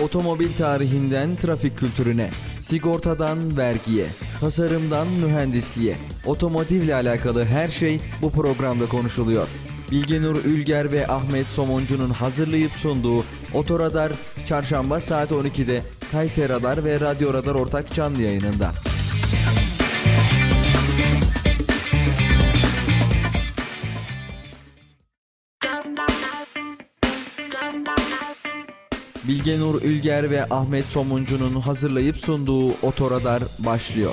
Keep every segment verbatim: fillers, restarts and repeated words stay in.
Otomobil tarihinden trafik kültürüne, sigortadan vergiye, tasarımdan mühendisliğe, otomotivle alakalı her şey bu programda konuşuluyor. Bilgenur Ülger ve Ahmet Somuncu'nun hazırlayıp sunduğu Otoradar Çarşamba saat on ikide Kayseri Radar ve Radyo Radar ortak canlı yayınında. Bilgenur Ülger ve Ahmet Somuncu'nun hazırlayıp sunduğu Otoradar başlıyor.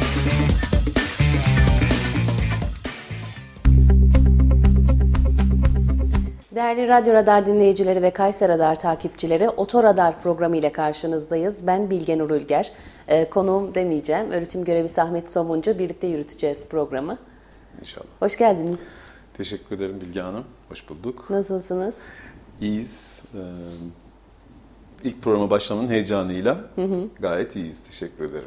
Değerli Radyo Radar dinleyicileri ve Kayseri Radar takipçileri, Otoradar programı ile karşınızdayız. Ben Bilgenur Ülger. Ee, konuğum demeyeceğim. Öğretim görevlisi Ahmet Somuncu. Birlikte yürüteceğiz programı. İnşallah. Hoş geldiniz. Teşekkür ederim Bilge Hanım. Hoş bulduk. Nasılsınız? İyiyiz. Ee, ilk programa başlamanın heyecanıyla hı hı. gayet iyiyiz. Teşekkür ederim.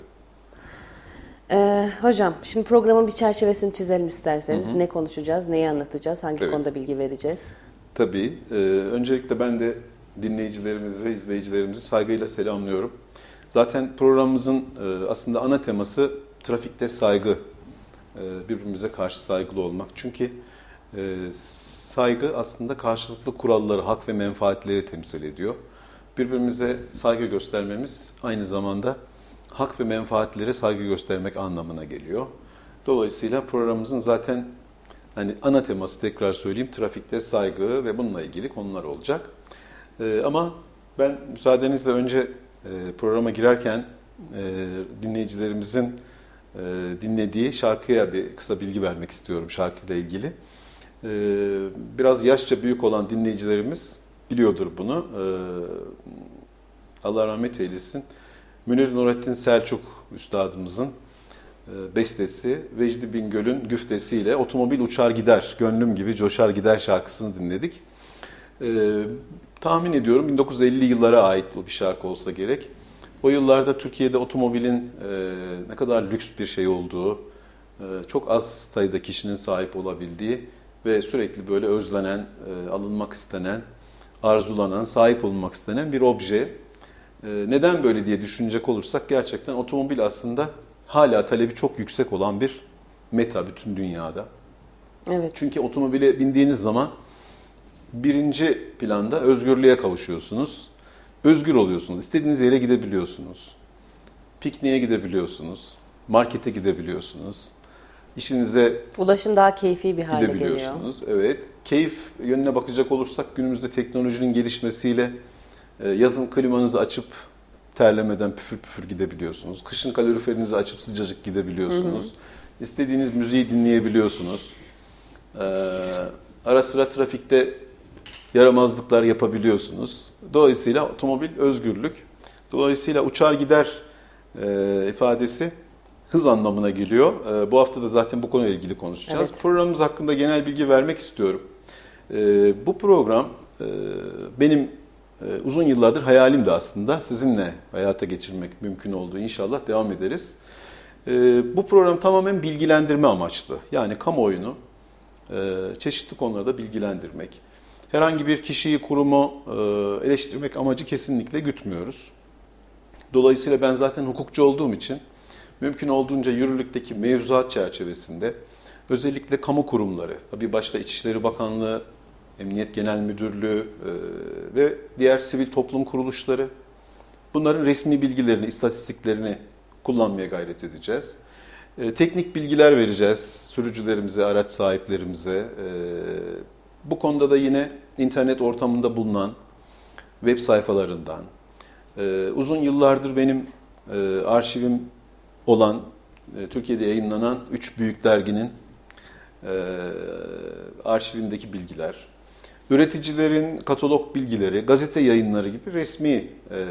Ee, hocam, şimdi programın bir çerçevesini çizelim isterseniz. Hı hı. Ne konuşacağız, neyi anlatacağız, hangi Tabii. konuda bilgi vereceğiz? Tabii. Ee, öncelikle ben de dinleyicilerimizi, izleyicilerimizi saygıyla selamlıyorum. Zaten programımızın e, aslında ana teması trafikte saygı. E, birbirimize karşı saygılı olmak. Çünkü e, saygı aslında karşılıklı kuralları, hak ve menfaatleri temsil ediyor. Birbirimize saygı göstermemiz aynı zamanda hak ve menfaatlere saygı göstermek anlamına geliyor. Dolayısıyla programımızın zaten hani ana teması, tekrar söyleyeyim, trafikte saygı ve bununla ilgili konular olacak. Ee, ama ben müsaadenizle önce e, programa girerken e, dinleyicilerimizin e, dinlediği şarkıya bir kısa bilgi vermek istiyorum şarkıyla ilgili. E, biraz yaşça büyük olan dinleyicilerimiz biliyordur bunu. E, Allah rahmet eylesin. Münir Nurettin Selçuk Üstadımızın bestesi Vecdi Bingöl'ün güftesiyle Otomobil Uçar Gider, Gönlüm Gibi Coşar Gider şarkısını dinledik. Ee, tahmin ediyorum bin dokuz yüz elli yıllara ait bir şarkı olsa gerek. O yıllarda Türkiye'de otomobilin e, ne kadar lüks bir şey olduğu, e, çok az sayıda kişinin sahip olabildiği ve sürekli böyle özlenen, e, alınmak istenen, arzulanan, sahip olmak istenen bir obje. E, neden böyle diye düşünecek olursak gerçekten otomobil aslında hala talebi çok yüksek olan bir meta bütün dünyada. Evet. Çünkü otomobile bindiğiniz zaman birinci planda özgürlüğe kavuşuyorsunuz. Özgür oluyorsunuz. İstediğiniz yere gidebiliyorsunuz. Pikniğe gidebiliyorsunuz. Markete gidebiliyorsunuz. İşinize ulaşım daha keyfi bir hale geliyor. Evet. Keyif yönüne bakacak olursak günümüzde teknolojinin gelişmesiyle yazın klimanızı açıp terlemeden püfür püfür gidebiliyorsunuz. Kışın kaloriferinizi açıp sıcacık gidebiliyorsunuz. Hı hı. İstediğiniz müziği dinleyebiliyorsunuz. Ee, ara sıra trafikte yaramazlıklar yapabiliyorsunuz. Dolayısıyla otomobil özgürlük. Dolayısıyla uçar gider e, ifadesi hız anlamına geliyor. E, bu hafta da zaten bu konuyla ilgili konuşacağız. Evet. Programımız hakkında genel bilgi vermek istiyorum. E, bu program e, benim uzun yıllardır hayalim de aslında sizinle hayata geçirmek mümkün olduğu, inşallah devam ederiz. Bu program tamamen bilgilendirme amaçlı. Yani kamuoyunu çeşitli konularda bilgilendirmek. Herhangi bir kişiyi, kurumu eleştirmek amacı kesinlikle gütmüyoruz. Dolayısıyla ben zaten hukukçu olduğum için mümkün olduğunca yürürlükteki mevzuat çerçevesinde özellikle kamu kurumları, tabii başta İçişleri Bakanlığı, Emniyet Genel Müdürlüğü e, ve diğer sivil toplum kuruluşları, bunların resmi bilgilerini, istatistiklerini kullanmaya gayret edeceğiz. E, teknik bilgiler vereceğiz sürücülerimize, araç sahiplerimize. E, bu konuda da yine internet ortamında bulunan web sayfalarından, e, uzun yıllardır benim e, arşivim olan, e, Türkiye'de yayınlanan üç büyük derginin e, arşivindeki bilgiler, üreticilerin katalog bilgileri, gazete yayınları gibi resmi e,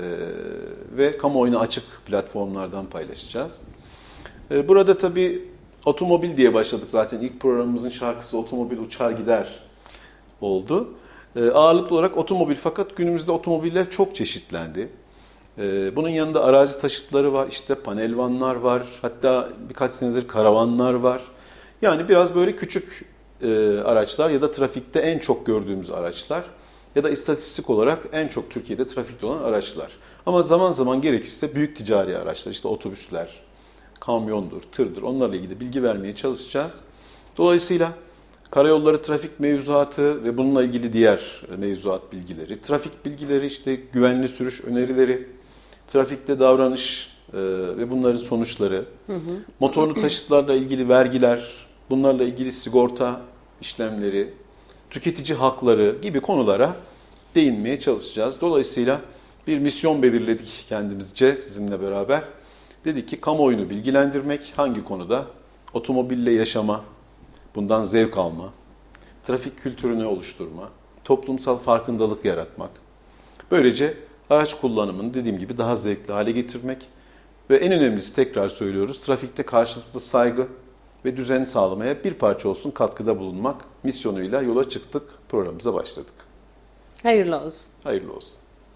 ve kamuoyuna açık platformlardan paylaşacağız. E, burada tabii otomobil diye başladık. Zaten ilk programımızın şarkısı Otomobil Uçar Gider oldu. E, ağırlıklı olarak otomobil, fakat günümüzde otomobiller çok çeşitlendi. E, bunun yanında arazi taşıtları var, işte panel vanlar var, hatta birkaç senedir karavanlar var. Yani biraz böyle küçük e, araçlar ya da trafikte en çok gördüğümüz araçlar. ya da istatistik olarak en çok Türkiye'de trafikte olan araçlar. Ama zaman zaman gerekirse büyük ticari araçlar, işte otobüsler, kamyondur, tırdır, onlarla ilgili bilgi vermeye çalışacağız. Dolayısıyla karayolları trafik mevzuatı ve bununla ilgili diğer mevzuat bilgileri, trafik bilgileri, işte güvenli sürüş önerileri, trafikte davranış e, ve bunların sonuçları, hı hı. motorlu taşıtlarla ilgili vergiler, bunlarla ilgili sigorta işlemleri, tüketici hakları gibi konulara değinmeye çalışacağız. Dolayısıyla bir misyon belirledik kendimizce sizinle beraber. Dedik ki kamuoyunu bilgilendirmek hangi konuda? Otomobille yaşama, bundan zevk alma, trafik kültürünü oluşturma, toplumsal farkındalık yaratmak. Böylece araç kullanımını dediğim gibi daha zevkli hale getirmek ve en önemlisi tekrar söylüyoruz, trafikte karşılıklı saygı ve düzen sağlamaya bir parça olsun katkıda bulunmak misyonuyla yola çıktık, programımıza başladık. Hayırlı olsun. Hayırlı olsun.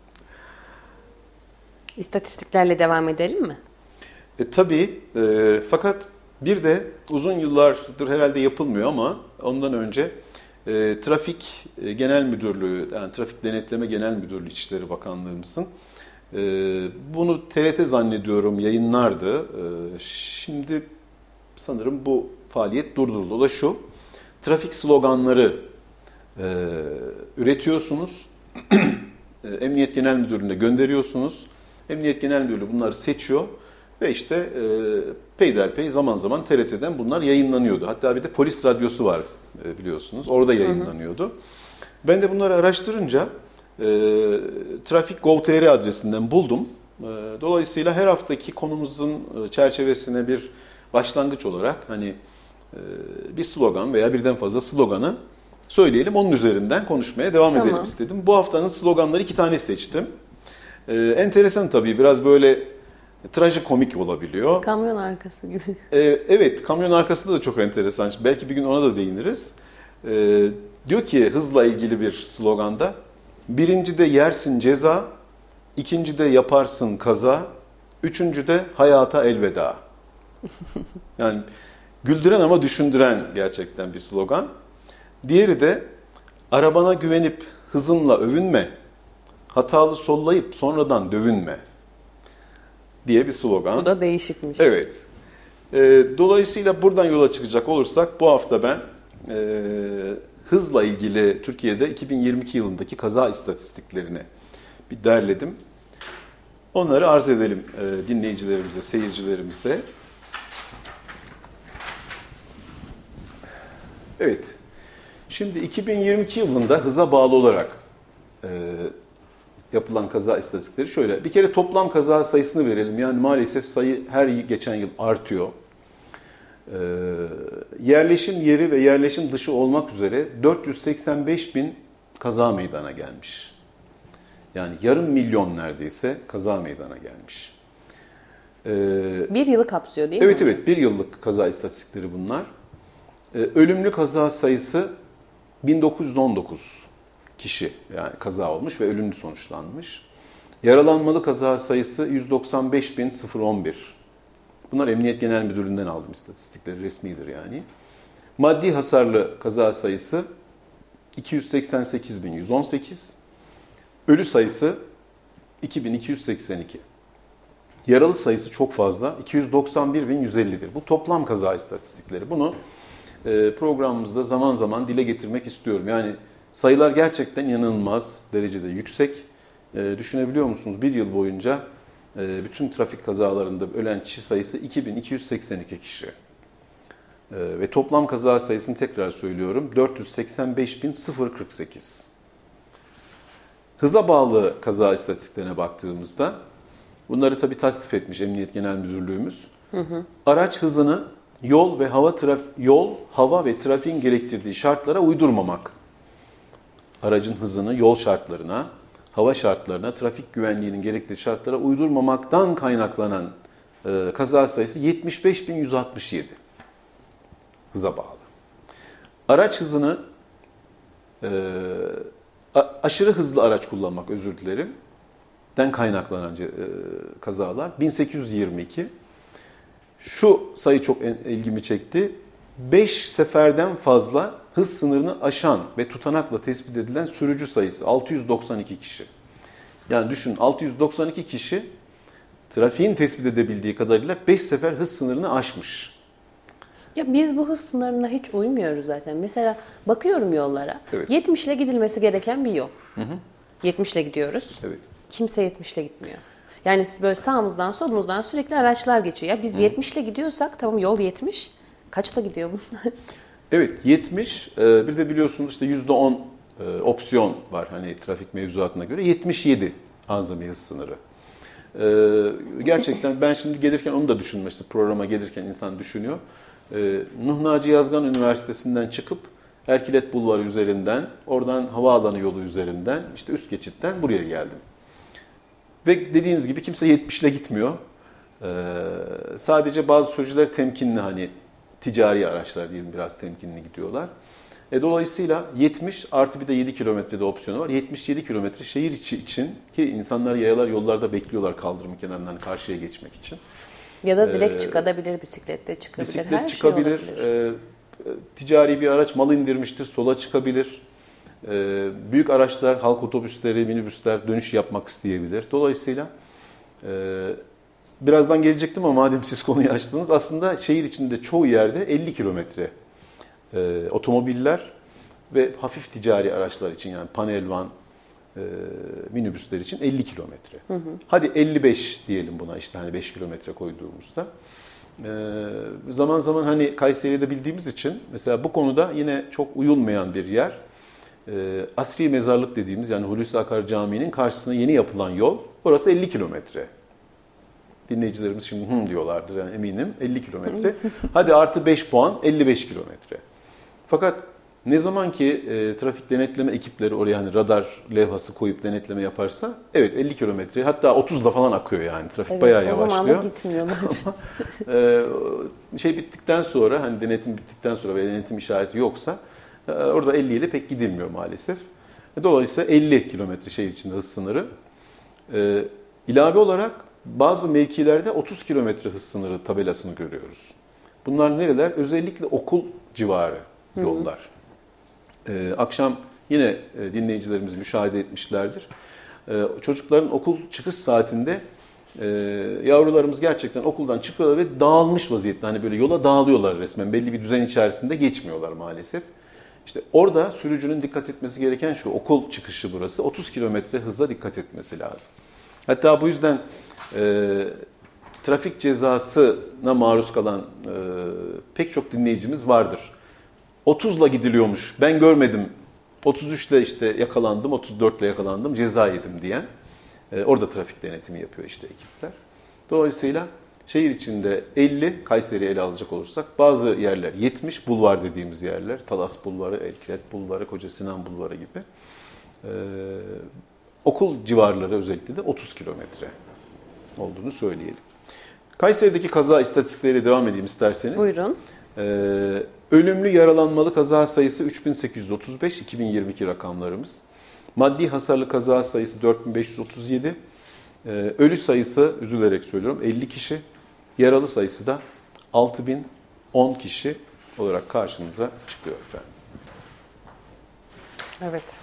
İstatistiklerle devam edelim mi? E, tabii e, fakat bir de uzun yıllardır herhalde yapılmıyor ama ondan önce e, Trafik Genel Müdürlüğü, yani Trafik Denetleme Genel Müdürlüğü İçişleri Bakanlığımızın e, bunu T R T zannediyorum yayınlardı. E, şimdi sanırım bu faaliyet durduruldu. O da şu, trafik sloganları e, üretiyorsunuz, Emniyet Genel Müdürlüğü'ne gönderiyorsunuz. Emniyet Genel Müdürlüğü bunları seçiyor. Ve işte e, peyderpey zaman zaman T R T'den bunlar yayınlanıyordu. Hatta bir de polis radyosu var e, biliyorsunuz. Orada yayınlanıyordu. Hı hı. Ben de bunları araştırınca e, trafik nokta gov nokta tr adresinden buldum. E, dolayısıyla her haftaki konumuzun çerçevesine bir başlangıç olarak hani e, bir slogan veya birden fazla sloganı söyleyelim. Onun üzerinden konuşmaya devam tamam. edelim istedim. Bu haftanın sloganları iki tane seçtim. E, enteresan tabii, biraz böyle trajikomik olabiliyor. Kamyon arkası gibi. Ee, evet, kamyon arkasında da çok enteresan. Belki bir gün ona da değiniriz. Ee, diyor ki hızla ilgili bir sloganda, birinci de yersin ceza, ikinci de yaparsın kaza, üçüncü de hayata elveda. Yani güldüren ama düşündüren gerçekten bir slogan. Diğeri de arabana güvenip hızınla övünme, hatalı sollayıp sonradan dövünme diye bir slogan. Bu da değişikmiş. Evet. E, dolayısıyla buradan yola çıkacak olursak bu hafta ben e, hızla ilgili Türkiye'de iki bin yirmi iki yılındaki kaza istatistiklerini bir derledim. Onları arz edelim e, dinleyicilerimize, seyircilerimize. Evet. Şimdi iki bin yirmi iki yılında hıza bağlı olarak e, yapılan kaza istatistikleri şöyle. Bir kere toplam kaza sayısını verelim. Yani maalesef sayı her geçen yıl artıyor. Ee, yerleşim yeri ve yerleşim dışı olmak üzere dört yüz seksen beş bin kaza meydana gelmiş. Yani yarım milyon neredeyse kaza meydana gelmiş. Ee, bir yılı kapsıyor değil evet, mi? Evet evet bir yıllık kaza istatistikleri bunlar. Ee, ölümlü kaza sayısı bin dokuz yüz on dokuz. Kişi yani kaza olmuş ve ölümlü sonuçlanmış. Yaralanmalı kaza sayısı yüz doksan beş bin on bir. Bunlar Emniyet Genel Müdürlüğü'nden aldım istatistikleri, resmidir yani. Maddi hasarlı kaza sayısı iki yüz seksen sekiz bin yüz on sekiz. Ölü sayısı iki bin iki yüz seksen iki. Yaralı sayısı çok fazla, iki yüz doksan bir bin yüz elli bir. Bu toplam kaza istatistikleri. Bunu programımızda zaman zaman dile getirmek istiyorum. Yani sayılar gerçekten inanılmaz derecede yüksek. E, düşünebiliyor musunuz? Bir yıl boyunca e, bütün trafik kazalarında ölen kişi sayısı iki bin iki yüz seksen iki kişi. E, ve toplam kaza sayısını tekrar söylüyorum, dört yüz seksen beş bin kırk sekiz. Hıza bağlı kaza istatistiklerine baktığımızda, bunları tabii tasnif etmiş Emniyet Genel Müdürlüğümüz. Hı hı. Araç hızını yol ve hava traf yol, hava ve trafiğin gerektirdiği şartlara uydurmamak. Aracın hızını yol şartlarına, hava şartlarına, trafik güvenliğinin gerektiği şartlara uydurmamaktan kaynaklanan e, kaza sayısı yetmiş beş bin yüz altmış yedi. Hıza bağlı. Araç hızını e, aşırı hızlı araç kullanmak, özür dilerim, den kaynaklanan e, kazalar bin sekiz yüz yirmi iki. Şu sayı çok ilgimi çekti. beş seferden fazla hız sınırını aşan ve tutanakla tespit edilen sürücü sayısı altı yüz doksan iki kişi. Yani düşün, altı yüz doksan iki kişi trafiğin tespit edebildiği kadarıyla beş sefer hız sınırını aşmış. Ya biz bu hız sınırına hiç uymuyoruz zaten. Mesela bakıyorum yollara. Evet. yetmiş ile gidilmesi gereken bir yol. Hı hı. yetmiş ile gidiyoruz. Evet. Kimse yetmiş ile gitmiyor. Yani böyle sağımızdan solumuzdan sürekli araçlar geçiyor. Ya biz yetmiş ile gidiyorsak tamam, yol yetmiş. Kaçla gidiyor bunlar? Evet, yetmiş. Bir de biliyorsunuz işte yüzde on opsiyon var hani trafik mevzuatına göre. yetmiş yedi azami hız sınırı. Gerçekten ben şimdi gelirken onu da düşünmüştüm. Programa gelirken insan düşünüyor. Nuh Naci Yazgan Üniversitesi'nden çıkıp Erkilet Bulvarı üzerinden, oradan havaalanı yolu üzerinden, işte üst geçitten buraya geldim. Ve dediğiniz gibi kimse yetmiş ile gitmiyor. Sadece bazı sürücüler temkinli, hani ticari araçlar diyelim, biraz temkinli gidiyorlar. E, dolayısıyla yetmiş artı bir de yedi kilometrede opsiyonu var. yetmiş yedi kilometre şehir içi için, ki insanlar yayalar yollarda bekliyorlar kaldırım kenarından karşıya geçmek için. Ya da direkt Ee, çıkabilir, bisikletle çıkabilir, bisiklet her çıkabilir, şey olabilir. E, ticari bir araç mal indirmiştir, sola çıkabilir. E, büyük araçlar, halk otobüsleri, minibüsler dönüş yapmak isteyebilir. Dolayısıyla e, birazdan gelecektim ama madem siz konuyu açtınız, aslında şehir içinde çoğu yerde elli kilometre e, otomobiller ve hafif ticari araçlar için, yani panel van, e, minibüsler için elli kilometre. Hı hı. Hadi elli beş diyelim buna, işte hani beş kilometre koyduğumuzda. E, zaman zaman hani Kayseri'de bildiğimiz için mesela bu konuda yine çok uyulmayan bir yer. E, Asri Mezarlık dediğimiz, yani Hulusi Akar Camii'nin karşısına yeni yapılan yol, orası elli kilometre. Dinleyicilerimiz şimdi hım diyorlardır yani, eminim, elli kilometre. Hadi artı beş puan, elli beş kilometre. Fakat ne zaman ki e, trafik denetleme ekipleri oraya hani radar levhası koyup denetleme yaparsa, evet elli kilometre, hatta otuzla falan akıyor yani, trafik Evet, bayağı o yavaşlıyor. zaman da gitmiyorlar. e, şey bittikten sonra, hani denetim bittikten sonra ve denetim işareti yoksa e, orada elli ile pek gidilmiyor maalesef. Dolayısıyla elli kilometre şehir içinde hız sınırı. E, ilave olarak bazı mevkilerde otuz kilometre hız sınırı tabelasını görüyoruz. Bunlar nereler? Özellikle okul civarı yollar. Ee, akşam yine e, dinleyicilerimiz müşahede etmişlerdir. Ee, çocukların okul çıkış saatinde e, yavrularımız gerçekten okuldan çıkıyorlar ve dağılmış vaziyette. Hani böyle yola dağılıyorlar resmen. Belli bir düzen içerisinde geçmiyorlar maalesef. İşte orada sürücünün dikkat etmesi gereken şu: okul çıkışı burası. otuz kilometre hızla dikkat etmesi lazım. Hatta bu yüzden e, trafik cezasına maruz kalan e, pek çok dinleyicimiz vardır. otuzla gidiliyormuş, ben görmedim, otuz üçle işte yakalandım, otuz dörtle yakalandım, ceza yedim diyen. E, orada trafik denetimi yapıyor işte ekipler. Dolayısıyla şehir içinde elli, Kayseri'yi ele alacak olursak, bazı yerler yetmiş, bulvar dediğimiz yerler, Talas Bulvarı, Erkilet Bulvarı, Koca Sinan Bulvarı gibi. E, okul civarları özellikle de otuz kilometre olduğunu söyleyelim. Kayseri'deki kaza istatistikleriyle devam edeyim isterseniz. Buyurun. Ee, ölümlü yaralanmalı kaza sayısı üç bin sekiz yüz otuz beş, iki bin yirmi iki rakamlarımız. Maddi hasarlı kaza sayısı dört bin beş yüz otuz yedi. Ee, ölü sayısı, üzülerek söylüyorum, elli kişi. Yaralı sayısı da altı bin on kişi olarak karşımıza çıkıyor efendim. Evet.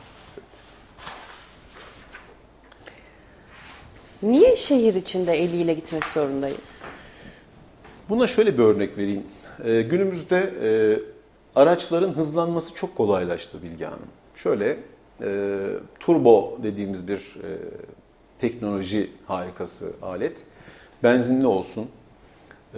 Niye şehir içinde elli ile gitmek zorundayız? Buna şöyle bir örnek vereyim. Ee, günümüzde e, araçların hızlanması çok kolaylaştı Bilge Hanım. Şöyle, e, turbo dediğimiz bir e, teknoloji harikası alet. Benzinli olsun, e,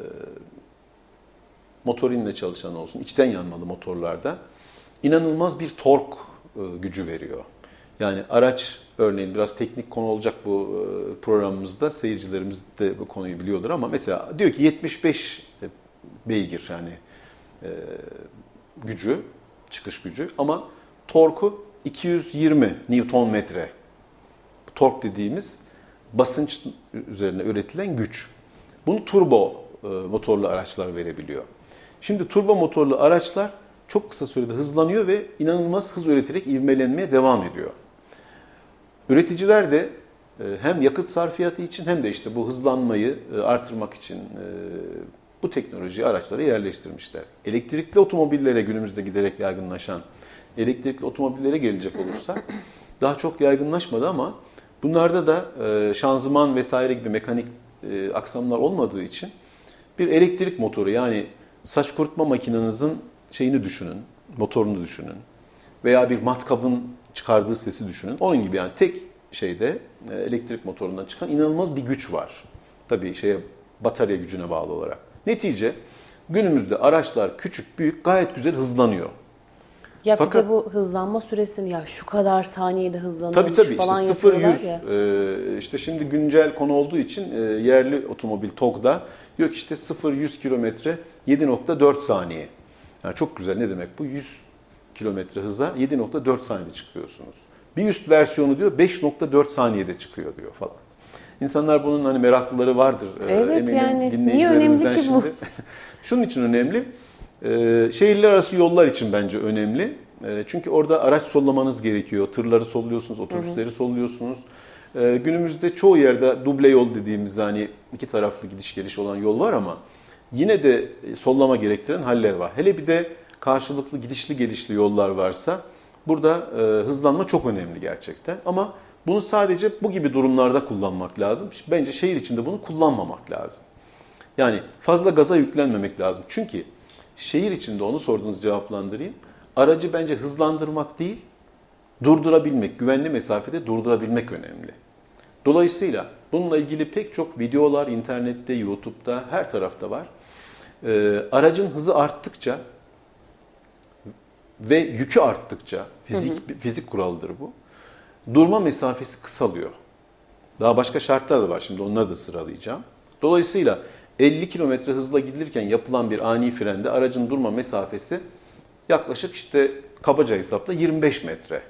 motorinle çalışan olsun, içten yanmalı motorlarda inanılmaz bir tork e, gücü veriyor. Yani araç, örneğin biraz teknik konu olacak bu programımızda, seyircilerimiz de bu konuyu biliyordur ama mesela diyor ki yetmiş beş beygir yani e, gücü, çıkış gücü, ama torku iki yüz yirmi Newton metre. Tork dediğimiz basınç üzerine üretilen güç. Bunu turbo e, motorlu araçlar verebiliyor. Şimdi turbo motorlu araçlar çok kısa sürede hızlanıyor ve inanılmaz hız üreterek ivmelenmeye devam ediyor. Üreticiler de hem yakıt sarfiyatı için hem de işte bu hızlanmayı artırmak için bu teknolojiyi araçlara yerleştirmişler. Elektrikli otomobillere, günümüzde giderek yaygınlaşan elektrikli otomobillere gelecek olursak daha çok yaygınlaşmadı ama bunlarda da şanzıman vesaire gibi mekanik aksamlar olmadığı için bir elektrik motoru, yani saç kurutma makinenizin şeyini düşünün, motorunu düşünün veya bir matkabın çıkardığı sesi düşünün. Onun gibi, yani tek şeyde elektrik motorundan çıkan inanılmaz bir güç var. Tabii şeye, batarya gücüne bağlı olarak. Netice günümüzde araçlar küçük büyük gayet güzel hızlanıyor. Ya Fakat, bir de bu hızlanma süresini ya şu kadar saniyede hızlanıyormuş tabii, tabii, falan işte sıfır yapıyorlar yüz, ya. E, işte şimdi güncel konu olduğu için e, yerli otomobil T O G'da diyor ki işte sıfır yüz kilometre yedi nokta dört saniye. Yani çok güzel, ne demek bu? yüz kilometre hıza yedi nokta dört saniyede çıkıyorsunuz. Bir üst versiyonu diyor beş nokta dört saniyede çıkıyor diyor falan. İnsanlar bunun hani meraklıları vardır. Evet, Eminim yani niye önemli ki bu? Şunun için önemli. Ee, şehirler arası yollar için bence önemli. Ee, çünkü orada araç sollamanız gerekiyor. Tırları solluyorsunuz, otobüsleri hı hı. solluyorsunuz. Ee, günümüzde çoğu yerde duble yol dediğimiz, hani iki taraflı gidiş geliş olan yol var ama yine de sollama gerektiren haller var. Hele bir de karşılıklı gidişli gelişli yollar varsa burada e, hızlanma çok önemli gerçekten. Ama bunu sadece bu gibi durumlarda kullanmak lazım. Bence şehir içinde bunu kullanmamak lazım. Yani fazla gaza yüklenmemek lazım. Çünkü şehir içinde, onu sordunuz, cevaplandırayım. Aracı bence hızlandırmak değil, durdurabilmek, güvenli mesafede durdurabilmek önemli. Dolayısıyla bununla ilgili pek çok videolar internette, YouTube'da, her tarafta var. Ee, aracın hızı arttıkça ve yükü arttıkça, fizik, hı hı. fizik kuralıdır bu, durma mesafesi kısalıyor. Daha başka şartlar da var, şimdi onları da sıralayacağım. Dolayısıyla elli kilometre hızla gidilirken yapılan bir ani frende aracın durma mesafesi yaklaşık işte kabaca hesapla yirmi beş metre.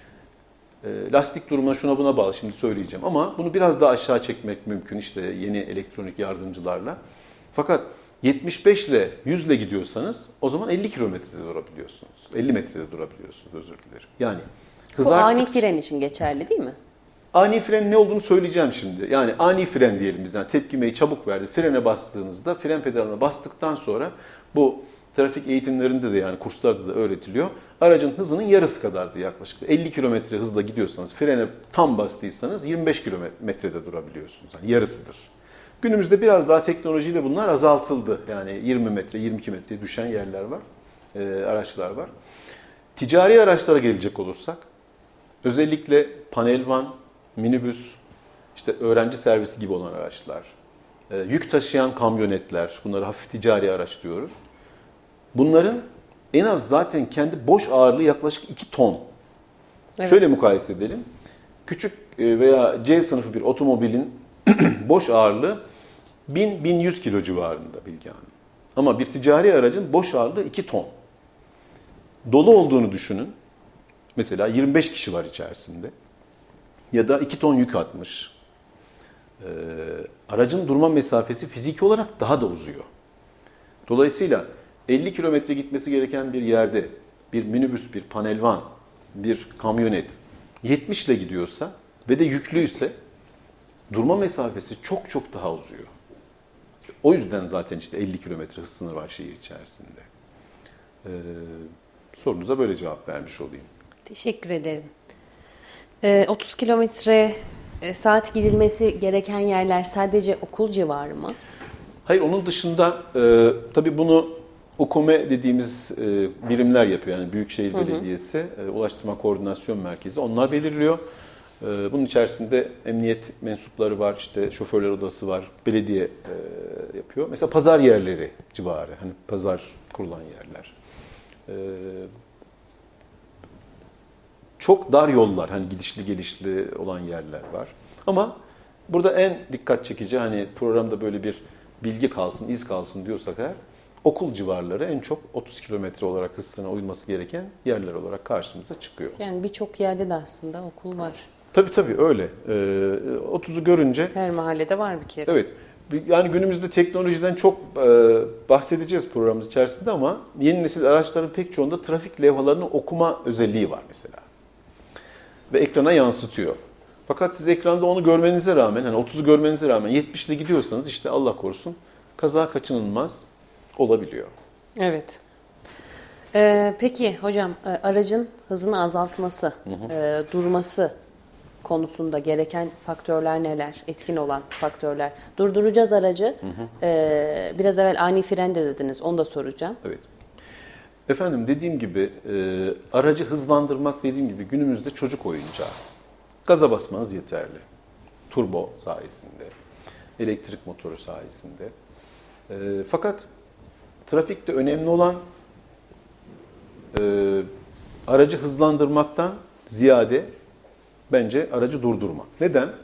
Lastik durumuna, şuna buna bağlı, şimdi söyleyeceğim. Ama bunu biraz daha aşağı çekmek mümkün işte yeni elektronik yardımcılarla. Fakat yetmiş beş ile yüz ile gidiyorsanız o zaman elli kilometrede durabiliyorsunuz. elli metrede durabiliyorsunuz, özür dilerim. Yani hız bu arttıkça... ani fren için geçerli değil mi? Ani frenin ne olduğunu söyleyeceğim şimdi. Yani ani fren diyelim biz. Yani tepkimeyi çabuk verdi. Frene bastığınızda, fren pedalına bastıktan sonra, bu trafik eğitimlerinde de, yani kurslarda da öğretiliyor. Aracın hızının yarısı kadardı yaklaşık. elli kilometre hızla gidiyorsanız, frene tam bastıysanız yirmi beş kilometrede durabiliyorsunuz. Yani yarısıdır. Günümüzde biraz daha teknolojiyle bunlar azaltıldı. Yani yirmi metre, yirmi iki metreye düşen yerler var, e, araçlar var. Ticari araçlara gelecek olursak, özellikle panel van, minibüs, işte öğrenci servisi gibi olan araçlar, e, yük taşıyan kamyonetler, bunlara hafif ticari araç diyoruz. Bunların en az zaten kendi boş ağırlığı yaklaşık iki ton. Evet. Şöyle mukayese edelim. Küçük veya C sınıfı bir otomobilin boş ağırlığı bin bin yüz kilo civarında Bilge Hanım. Ama bir ticari aracın boş ağırlığı iki ton. Dolu olduğunu düşünün. Mesela yirmi beş kişi var içerisinde. Ya da iki ton yük atmış. Ee, aracın durma mesafesi fiziki olarak daha da uzuyor. Dolayısıyla elli kilometre gitmesi gereken bir yerde bir minibüs, bir panel van, bir kamyonet yetmiş ile gidiyorsa ve de yüklüyse durma mesafesi çok çok daha uzuyor. O yüzden zaten işte elli kilometre hız sınırı var şehir içerisinde. Ee, sorunuza böyle cevap vermiş olayım. Teşekkür ederim. Ee, otuz kilometre saat gidilmesi gereken yerler sadece okul civarı mı? Hayır, onun dışında e, tabii bunu UKOME dediğimiz e, birimler yapıyor. Yani Büyükşehir Belediyesi, hı hı. E, Ulaştırma Koordinasyon Merkezi, onlar belirliyor. E, bunun içerisinde emniyet mensupları var, işte şoförler odası var, belediye e, yapıyor. Mesela pazar yerleri civarı, hani pazar kurulan yerler. E, çok dar yollar, hani gidişli gelişli olan yerler var. Ama burada en dikkat çekici, hani programda böyle bir bilgi kalsın, iz kalsın diyorsak eğer, okul civarları en çok otuz kilometre olarak hız sınırına uyulması gereken yerler olarak karşımıza çıkıyor. Yani birçok yerde de aslında okul var. Tabii tabii öyle. Ee, otuzu görünce... Her mahallede var bir kere. Evet. Yani günümüzde teknolojiden çok e, bahsedeceğiz programımız içerisinde ama yeni nesil araçların pek çoğunda trafik levhalarını okuma özelliği var mesela. Ve ekrana yansıtıyor. Fakat siz ekranda onu görmenize rağmen, hani otuzu görmenize rağmen yetmiş ile gidiyorsanız işte Allah korusun kaza kaçınılmaz olabiliyor. Evet. Ee, peki hocam, aracın hızını azaltması, hı hı. E, durması konusunda gereken faktörler neler? Etkin olan faktörler. Durduracağız aracı. Hı hı. E, biraz evvel ani fren de dediniz. Onu da soracağım. Evet. Efendim dediğim gibi e, aracı hızlandırmak dediğim gibi günümüzde çocuk oyuncağı. Gaza basmanız yeterli. Turbo sayesinde, elektrik motoru sayesinde. E, fakat trafikte önemli olan e, aracı hızlandırmaktan ziyade bence aracı durdurmak. Neden? Neden?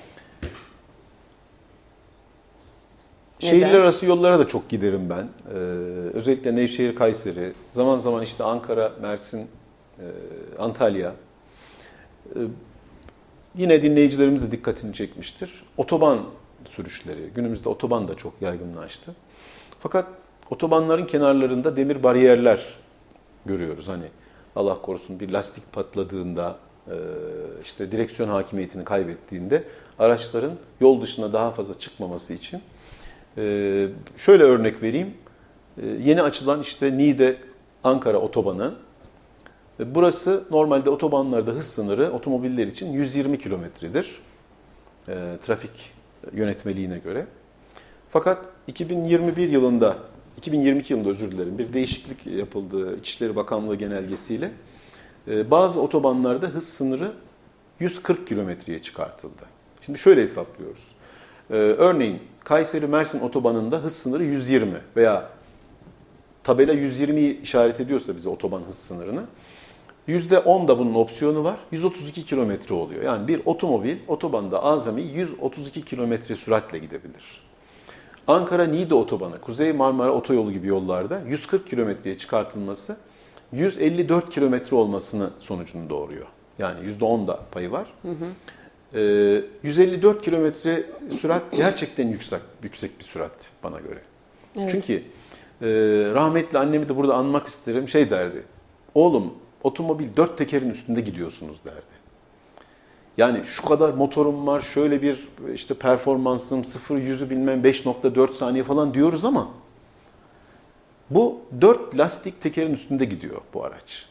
Şehirler arası yollara da çok giderim ben. Ee, özellikle Nevşehir, Kayseri, zaman zaman işte Ankara, Mersin, e, Antalya. Ee, yine dinleyicilerimiz de dikkatini çekmiştir. Otoban sürüşleri. Günümüzde otoban da çok yaygınlaştı. Fakat otobanların kenarlarında demir bariyerler görüyoruz. Hani Allah korusun bir lastik patladığında, işte direksiyon hakimiyetini kaybettiğinde araçların yol dışına daha fazla çıkmaması için şöyle örnek vereyim. Yeni açılan işte Niğde Ankara otobanı. Burası normalde otobanlarda hız sınırı otomobiller için yüz yirmi kilometredir. Trafik yönetmeliğine göre. Fakat iki bin yirmi bir yılında, iki bin yirmi iki yılında özür dilerim, bir değişiklik yapıldı İçişleri Bakanlığı genelgesiyle. Bazı otobanlarda hız sınırı yüz kırk kilometreye çıkartıldı. Şimdi şöyle hesaplıyoruz. Örneğin Kayseri-Mersin otobanında hız sınırı yüz yirmi veya tabela yüz yirmiyi işaret ediyorsa bize otoban hız sınırını, yüzde on da bunun opsiyonu var. yüz otuz iki kilometre oluyor. Yani bir otomobil otobanda azami yüz otuz iki kilometre süratle gidebilir. Ankara-Niğde otobanı, Kuzey Marmara Otoyolu gibi yollarda yüz kırk kilometreye çıkartılması yüz elli dört kilometre olmasını sonucunu doğuruyor. Yani yüzde on da payı var. Hı hı. Ee, yüz elli dört kilometre sürat gerçekten yüksek yüksek bir sürat bana göre. Evet. Çünkü e, rahmetli annemi de burada anmak isterim. Şey derdi, oğlum otomobil dört tekerin üstünde gidiyorsunuz derdi. Yani şu kadar motorum var, şöyle bir işte performansım, sıfır yüzü bilmem beş nokta dört saniye falan diyoruz ama bu dört lastik tekerin üstünde gidiyor bu araç.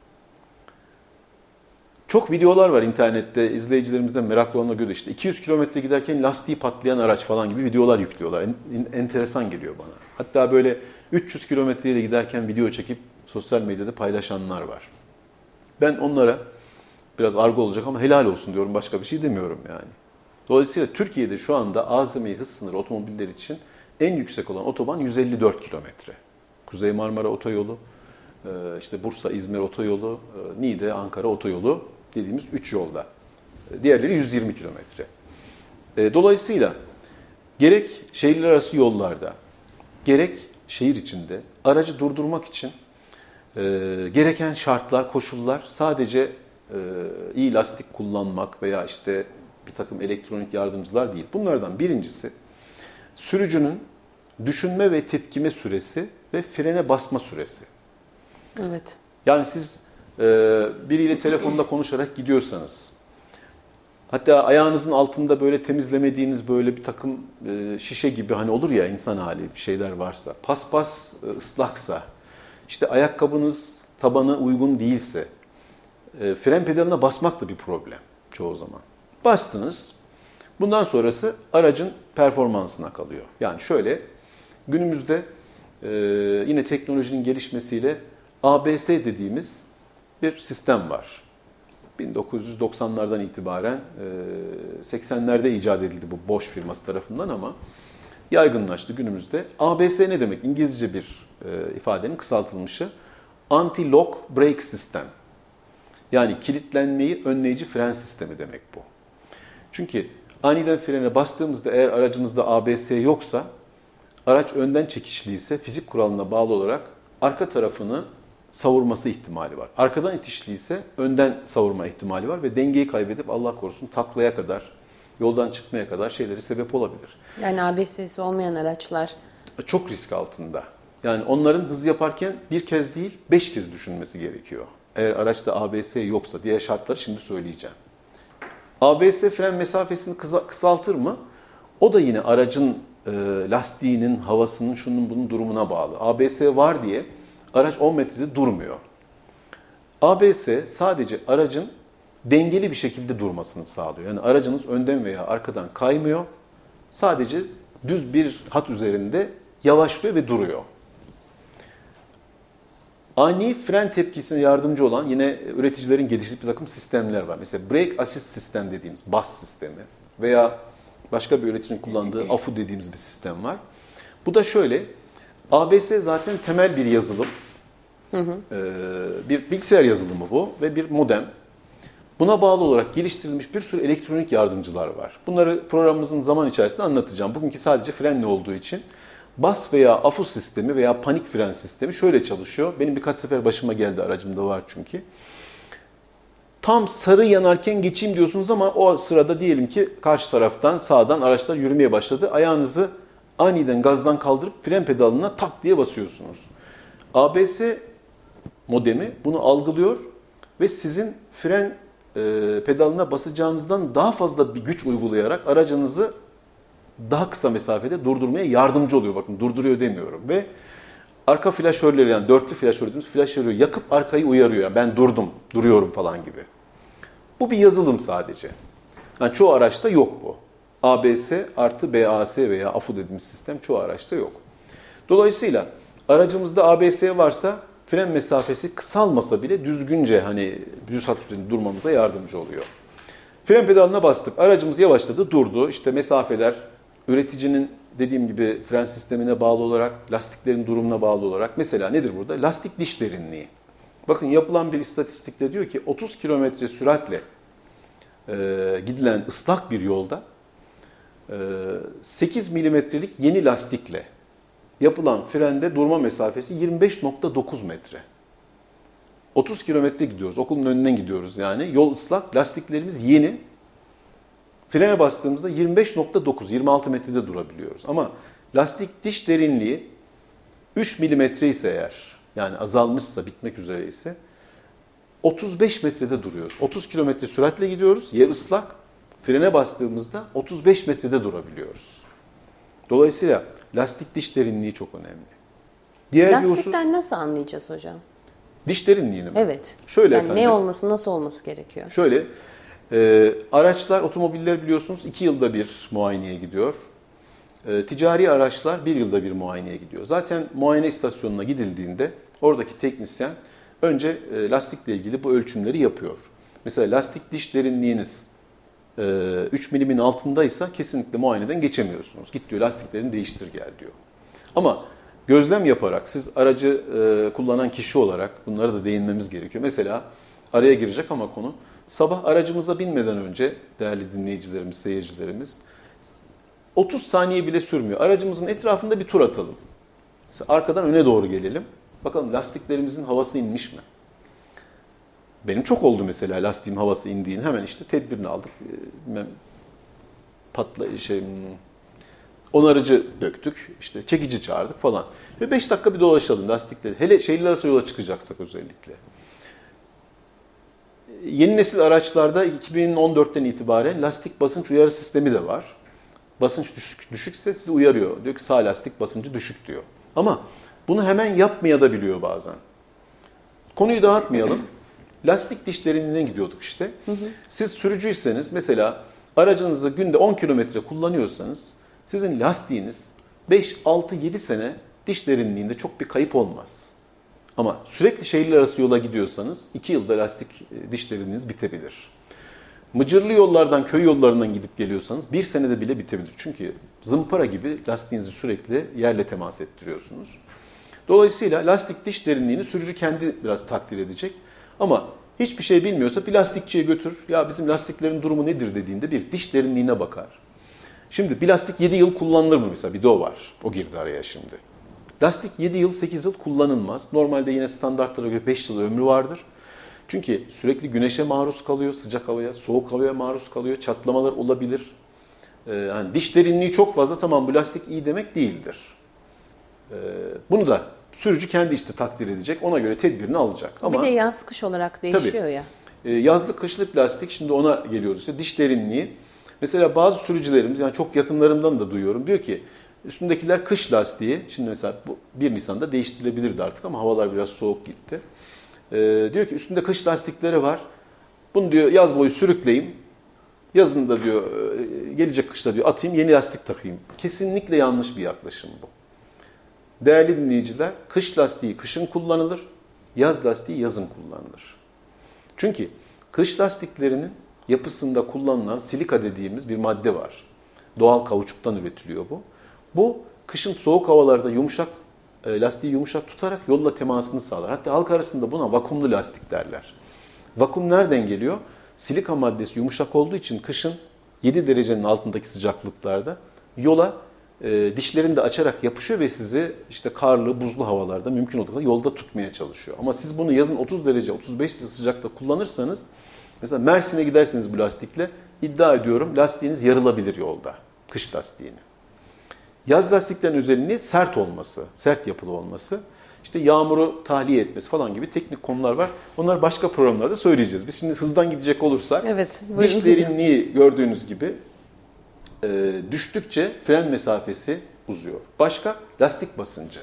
Çok videolar var internette, izleyicilerimizden meraklı olanlar göre işte iki yüz kilometre giderken lastiği patlayan araç falan gibi videolar yüklüyorlar. En, enteresan geliyor bana. Hatta böyle üç yüz kilometreyle giderken video çekip sosyal medyada paylaşanlar var. Ben onlara biraz argo olacak ama helal olsun diyorum, başka bir şey demiyorum yani. Dolayısıyla Türkiye'de şu anda azami hız sınırı otomobiller için en yüksek olan otoban yüz elli dört kilometre. Kuzey Marmara Otoyolu, işte Bursa-İzmir Otoyolu, Niğde-Ankara Otoyolu dediğimiz üç yolda. Diğerleri yüz yirmi kilometre. Dolayısıyla gerek şehirler arası yollarda, gerek şehir içinde aracı durdurmak için gereken şartlar, koşullar sadece iyi lastik kullanmak veya işte bir takım elektronik yardımcılar değil. Bunlardan birincisi sürücünün düşünme ve tepkime süresi ve frene basma süresi. Evet. Yani siz e, biriyle telefonda konuşarak gidiyorsanız, hatta ayağınızın altında böyle temizlemediğiniz böyle bir takım e, şişe gibi hani olur ya insan hali bir şeyler varsa, paspas e, ıslaksa, işte ayakkabınız tabanı uygun değilse, e, fren pedalına basmak da bir problem çoğu zaman. Bastınız, bundan sonrası aracın performansına kalıyor. Yani şöyle, günümüzde e, yine teknolojinin gelişmesiyle A B S dediğimiz bir sistem var. bin dokuz yüz doksanlardan itibaren seksenlerde icat edildi bu Bosch firması tarafından ama yaygınlaştı günümüzde. A B S ne demek? İngilizce bir ifadenin kısaltılmışı. Anti-Lock Brake System. Yani kilitlenmeyi önleyici fren sistemi demek bu. Çünkü aniden frene bastığımızda eğer aracımızda A B S yoksa, araç önden çekişliyse fizik kuralına bağlı olarak arka tarafını savurması ihtimali var. Arkadan itişliyse önden savurma ihtimali var ve dengeyi kaybedip Allah korusun taklaya kadar, yoldan çıkmaya kadar şeyleri sebep olabilir. Yani A B S'si olmayan araçlar çok risk altında. Yani onların hız yaparken bir kez değil beş kez düşünmesi gerekiyor. Eğer araçta A B S yoksa, diğer şartları şimdi söyleyeceğim. A B S fren mesafesini kısa, kısaltır mı? O da yine aracın e, lastiğinin, havasının, şunun bunun durumuna bağlı. A B S var diye araç on metrede durmuyor. A B S sadece aracın dengeli bir şekilde durmasını sağlıyor. Yani aracınız önden veya arkadan kaymıyor. Sadece düz bir hat üzerinde yavaşlıyor ve duruyor. Ani fren tepkisine yardımcı olan yine üreticilerin geliştirdiği bir takım sistemler var. Mesela Brake Assist Sistem dediğimiz B A S sistemi veya başka bir üreticinin kullandığı A F U dediğimiz bir sistem var. Bu da şöyle, A B S zaten temel bir yazılım. Hı hı. Ee, bir bilgisayar yazılımı bu ve bir modem. Buna bağlı olarak geliştirilmiş bir sürü elektronik yardımcılar var. Bunları programımızın zaman içerisinde anlatacağım. Bugünkü sadece frenle olduğu için B A S veya A F U sistemi veya panik fren sistemi şöyle çalışıyor. Benim birkaç sefer başıma geldi, aracımda var çünkü. Tam sarı yanarken geçeyim diyorsunuz ama o sırada diyelim ki karşı taraftan sağdan araçlar yürümeye başladı. Ayağınızı aniden gazdan kaldırıp fren pedalına tak diye basıyorsunuz. A B S modemi bunu algılıyor ve sizin fren e, pedalına basacağınızdan daha fazla bir güç uygulayarak aracınızı daha kısa mesafede durdurmaya yardımcı oluyor. Bakın durduruyor demiyorum. Ve arka flaşörleri, yani dörtlü flaşör dediğimiz flaşörü yakıp arkayı uyarıyor. Yani ben durdum, duruyorum falan gibi. Bu bir yazılım sadece. Yani çoğu araçta yok bu. A B S artı B A S veya A F U dediğimiz sistem çoğu araçta yok. Dolayısıyla aracımızda A B S varsa fren mesafesi kısalmasa bile düzgünce, hani düz hat üzerinde durmamıza yardımcı oluyor. Fren pedalına bastık, aracımız yavaşladı, durdu. İşte mesafeler üreticinin dediğim gibi fren sistemine bağlı olarak, lastiklerin durumuna bağlı olarak. Mesela nedir burada? Lastik diş derinliği. Bakın yapılan bir istatistikte diyor ki otuz kilometre süratle e, gidilen ıslak bir yolda e, sekiz milimetrelik yeni lastikle yapılan frende durma mesafesi yirmi beş nokta dokuz metre. otuz kilometre gidiyoruz, okulun önünden gidiyoruz yani. Yol ıslak, lastiklerimiz yeni. Frene bastığımızda yirmi beş nokta dokuz, yirmi altı metrede durabiliyoruz. Ama lastik diş derinliği üç milimetre ise eğer, yani azalmışsa, bitmek üzere ise otuz beş metrede duruyoruz. otuz kilometre süratle gidiyoruz, yer ıslak. Frene bastığımızda otuz beş metrede durabiliyoruz. Dolayısıyla lastik diş derinliği çok önemli. Diğer Lastikten husus, nasıl anlayacağız hocam? diş derinliğini mi? Evet. Şöyle yani efendim, ne olması, nasıl olması gerekiyor? Şöyle, e, araçlar, otomobiller biliyorsunuz iki yılda bir muayeneye gidiyor. E, ticari araçlar bir yılda bir muayeneye gidiyor. Zaten muayene istasyonuna gidildiğinde oradaki teknisyen önce e, lastikle ilgili bu ölçümleri yapıyor. Mesela lastik diş derinliğiniz e, üç milimin altındaysa kesinlikle muayeneden geçemiyorsunuz. Git diyor, lastiklerini değiştir gel diyor. Ama gözlem yaparak siz aracı e, kullanan kişi olarak bunlara da değinmemiz gerekiyor. Mesela araya girecek ama konu, sabah aracımıza binmeden önce değerli dinleyicilerimiz, seyircilerimiz, otuz saniye bile sürmüyor. Aracımızın etrafında bir tur atalım. Mesela arkadan öne doğru gelelim. Bakalım lastiklerimizin havası inmiş mi? Benim çok oldu mesela lastiğim havası indiğini. Hemen işte tedbirini aldık. Patla şey onarıcı döktük. İşte çekici çağırdık falan. Ve beş dakika bir dolaşalım lastikleri. Hele şehirler arası yola çıkacaksak özellikle. Yeni nesil araçlarda iki bin on dörtten itibaren lastik basınç uyarı sistemi de var. Basınç düşük, düşükse sizi uyarıyor. Diyor ki sağ lastik basıncı düşük diyor. Ama bunu hemen yapmayabiliyor bazen. Konuyu dağıtmayalım. Lastik diş derinliğine gidiyorduk işte. Hı hı. Siz sürücüyseniz mesela aracınızı günde on kilometre kullanıyorsanız sizin lastiğiniz beş, altı, yedi sene diş derinliğinde çok bir kayıp olmaz. Ama sürekli şehirler arası yola gidiyorsanız iki yılda lastik diş derinliğiniz bitebilir. Mıcırlı yollardan, köy yollarından gidip geliyorsanız bir senede bile bitebilir. Çünkü zımpara gibi lastiğinizi sürekli yerle temas ettiriyorsunuz. Dolayısıyla lastik diş derinliğini sürücü kendi biraz takdir edecek. Ama hiçbir şey bilmiyorsa bir lastikçiye götür. Ya bizim lastiklerin durumu nedir dediğinde bir diş derinliğine bakar. Şimdi bir lastik yedi yıl kullanılır mı mesela? Bir de o var. O girdi araya şimdi. Lastik yedi yıl, sekiz yıl kullanılmaz. Normalde yine standartlara göre beş yıl ömrü vardır. Çünkü sürekli güneşe maruz kalıyor, sıcak havaya, soğuk havaya maruz kalıyor, çatlamalar olabilir. Ee, yani diş derinliği çok fazla, tamam bu lastik iyi demek değildir. Ee, bunu da sürücü kendi işte takdir edecek, ona göre tedbirini alacak. Ama, bir de yaz kış olarak değişiyor tabii, ya. E, yazlık kışlık lastik, şimdi ona geliyoruz işte diş derinliği. Mesela bazı sürücülerimiz, yani çok yakınlarımdan da duyuyorum, diyor ki Üstündekiler kış lastiği. Şimdi mesela bu bir Nisan'da değiştirilebilirdi artık ama havalar biraz soğuk gitti. Ee, diyor ki üstünde kış lastikleri var. Bunu diyor yaz boyu sürükleyeyim. Yazında diyor gelecek kışta diyor atayım yeni lastik takayım. Kesinlikle yanlış bir yaklaşım bu. Değerli dinleyiciler, kış lastiği kışın kullanılır, yaz lastiği yazın kullanılır. Çünkü kış lastiklerinin yapısında kullanılan silika dediğimiz bir madde var. Doğal kauçuktan üretiliyor bu. Bu kışın soğuk havalarda yumuşak lastiği yumuşak tutarak yolla temasını sağlar. Hatta halk arasında buna vakumlu lastik derler. Vakum nereden geliyor? Silika maddesi yumuşak olduğu için kışın yedi derecenin altındaki sıcaklıklarda yola e, dişlerini de açarak yapışıyor ve sizi işte karlı, buzlu havalarda mümkün olduğu kadar yolda tutmaya çalışıyor. Ama siz bunu yazın otuz derece, otuz beş derece sıcakta kullanırsanız, mesela Mersin'e giderseniz bu lastikle, iddia ediyorum lastiğiniz yarılabilir yolda, kış lastiğini. Yaz lastiklerin özelliği sert olması, sert yapılı olması. İşte yağmuru tahliye etmesi falan gibi teknik konular var. Onları başka programlarda söyleyeceğiz. Biz şimdi hızdan gidecek olursak, evet, diş derinliği gördüğünüz gibi e, düştükçe fren mesafesi uzuyor. Başka? Lastik basıncı.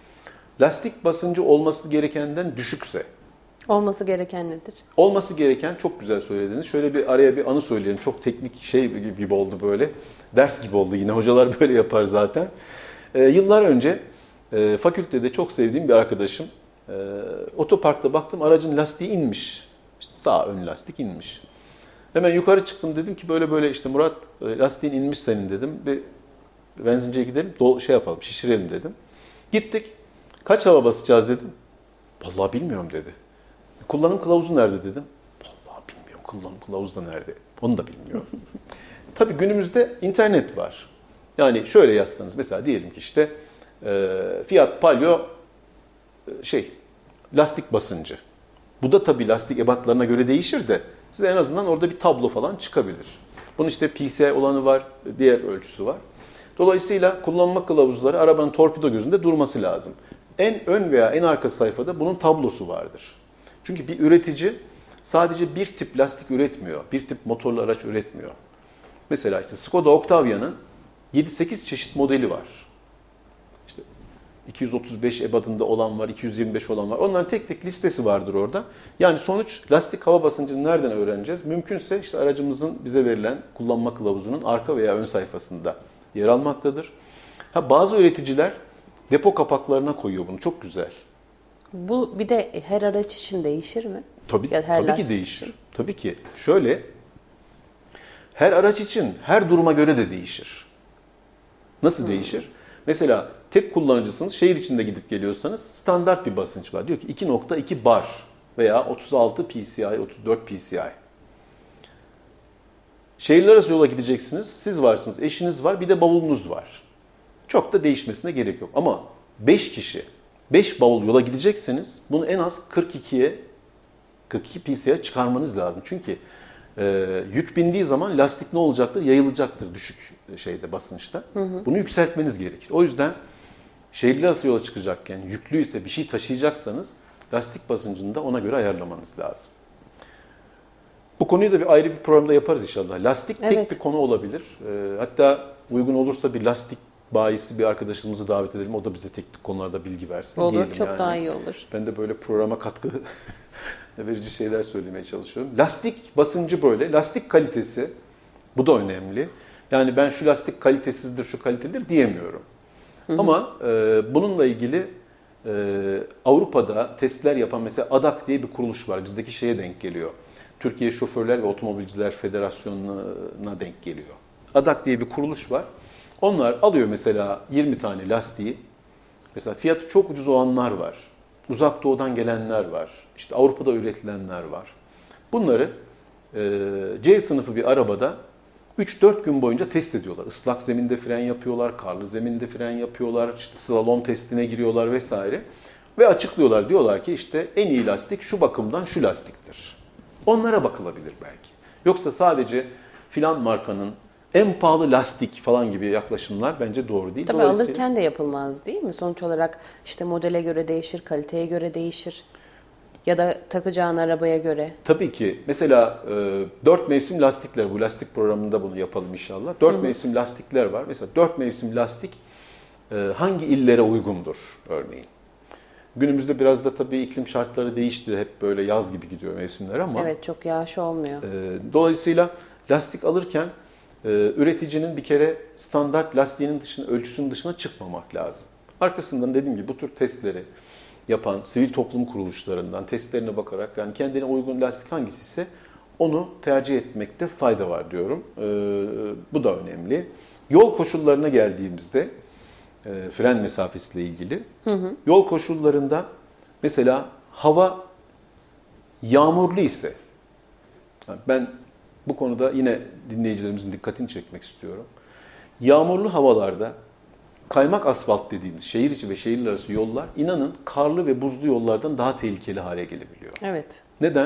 Lastik basıncı olması gerekenden düşükse. Olması gereken nedir? Olması gereken, çok güzel söylediniz. Şöyle bir araya bir anı söyleyelim. Çok teknik şey gibi oldu böyle. Ders gibi oldu yine. Hocalar böyle yapar zaten. E, yıllar önce E, fakültede çok sevdiğim bir arkadaşım. E, otoparkta baktım aracın lastiği inmiş. İşte sağ ön lastik inmiş. Hemen yukarı çıktım, dedim ki böyle böyle işte Murat lastiğin inmiş senin dedim. Bir benzinciye gidelim dol şey yapalım, şişirelim dedim. Gittik. Kaç hava basacağız dedim. Vallahi bilmiyorum dedi. Kullanım kılavuzu nerede dedim. Vallahi bilmiyorum, kullanım kılavuzu da nerede. Onu da bilmiyorum. Tabii günümüzde internet var. Yani şöyle yazsanız mesela diyelim ki işte Fiat Palio şey lastik basıncı. Bu da tabii lastik ebatlarına göre değişir de size en azından orada bir tablo falan çıkabilir. Bunun işte P C I olanı var, diğer ölçüsü var. Dolayısıyla kullanma kılavuzları arabanın torpido gözünde durması lazım. En ön veya en arka sayfada bunun tablosu vardır. Çünkü bir üretici sadece bir tip lastik üretmiyor, bir tip motorlu araç üretmiyor. Mesela işte Skoda Octavia'nın yedi sekiz çeşit modeli var. İşte iki yüz otuz beş ebadında olan var, iki yüz yirmi beş olan var. Onların tek tek listesi vardır orada. Yani sonuç lastik hava basıncını nereden öğreneceğiz? Mümkünse işte aracımızın bize verilen kullanma kılavuzunun arka veya ön sayfasında yer almaktadır. Ha, bazı üreticiler depo kapaklarına koyuyor bunu. Çok güzel. Bu bir de her araç için değişir mi? Tabii, ya her tabii ki değişir. Için. Tabii ki. Şöyle, her araç için her duruma göre de değişir. Nasıl hmm. değişir? Mesela tek kullanıcısınız, şehir içinde gidip geliyorsanız standart bir basınç var. Diyor ki iki nokta iki bar veya otuz altı P S I, otuz dört P S I. Şehirler arası yola gideceksiniz, siz varsınız, eşiniz var, bir de bavulunuz var. Çok da değişmesine gerek yok. Ama beş kişi, beş bavul yola gidecekseniz bunu en az kırk ikiye, kırk iki P S I'ye çıkarmanız lazım. Çünkü e, yük bindiği zaman lastik ne olacaktır? Yayılacaktır düşük şeyde, basınçta. Hı hı. Bunu yükseltmeniz gerekir. O yüzden şehirler arası yola çıkacakken, yüklüyse bir şey taşıyacaksanız lastik basıncını da ona göre ayarlamanız lazım. Bu konuyu da bir ayrı bir programda yaparız inşallah. Lastik tek evet. bir konu olabilir. E, hatta uygun olursa bir lastik bayisi bir arkadaşımızı davet edelim. O da bize teknik konularda bilgi versin. Olur, diyelim çok yani. daha iyi olur. Ben de böyle programa katkı verici şeyler söylemeye çalışıyorum. Lastik basıncı böyle. Lastik kalitesi, bu da önemli. Yani ben şu lastik kalitesizdir, şu kalitelidir diyemiyorum. Hı hı. Ama e, bununla ilgili e, Avrupa'da testler yapan mesela A D A C diye bir kuruluş var. Bizdeki şeye denk geliyor. Türkiye Şoförler ve Otomobilciler Federasyonu'na denk geliyor. A D A C diye bir kuruluş var. Onlar alıyor mesela yirmi tane lastiği. Mesela fiyatı çok ucuz olanlar var. Uzak Doğu'dan gelenler var. İşte Avrupa'da üretilenler var. Bunları e, C sınıfı bir arabada üç dört gün boyunca test ediyorlar. Islak zeminde fren yapıyorlar, karlı zeminde fren yapıyorlar, işte slalom testine giriyorlar vesaire. Ve açıklıyorlar, diyorlar ki işte en iyi lastik şu bakımdan şu lastiktir. Onlara bakılabilir belki. Yoksa sadece filan markanın en pahalı lastik falan gibi yaklaşımlar bence doğru değil. Tabii alırken de yapılmaz değil mi? Sonuç olarak işte modele göre değişir, kaliteye göre değişir. Ya da takacağın arabaya göre. Tabii ki. Mesela dört mevsim lastikler, bu lastik programında bunu yapalım inşallah. Dört mevsim lastikler var. Mesela dört mevsim lastik hangi illere uygundur örneğin? Günümüzde biraz da tabii iklim şartları değişti. Hep böyle yaz gibi gidiyor mevsimler ama. Evet, çok yağış olmuyor. E, dolayısıyla lastik alırken e, üreticinin bir kere standart lastiğinin dışına, ölçüsünün dışına çıkmamak lazım. Arkasından dediğim gibi bu tür testleri yapan sivil toplum kuruluşlarından testlerine bakarak yani kendine uygun lastik hangisi ise onu tercih etmekte fayda var diyorum. E, bu da önemli. Yol koşullarına geldiğimizde e, fren mesafesiyle ilgili. Hı hı. Yol koşullarında mesela hava yağmurlu ise yani ben bu konuda yine dinleyicilerimizin dikkatini çekmek istiyorum. Yağmurlu havalarda kaymak asfalt dediğimiz şehir içi ve şehirler arası yollar inanın karlı ve buzlu yollardan daha tehlikeli hale gelebiliyor. Evet. Neden?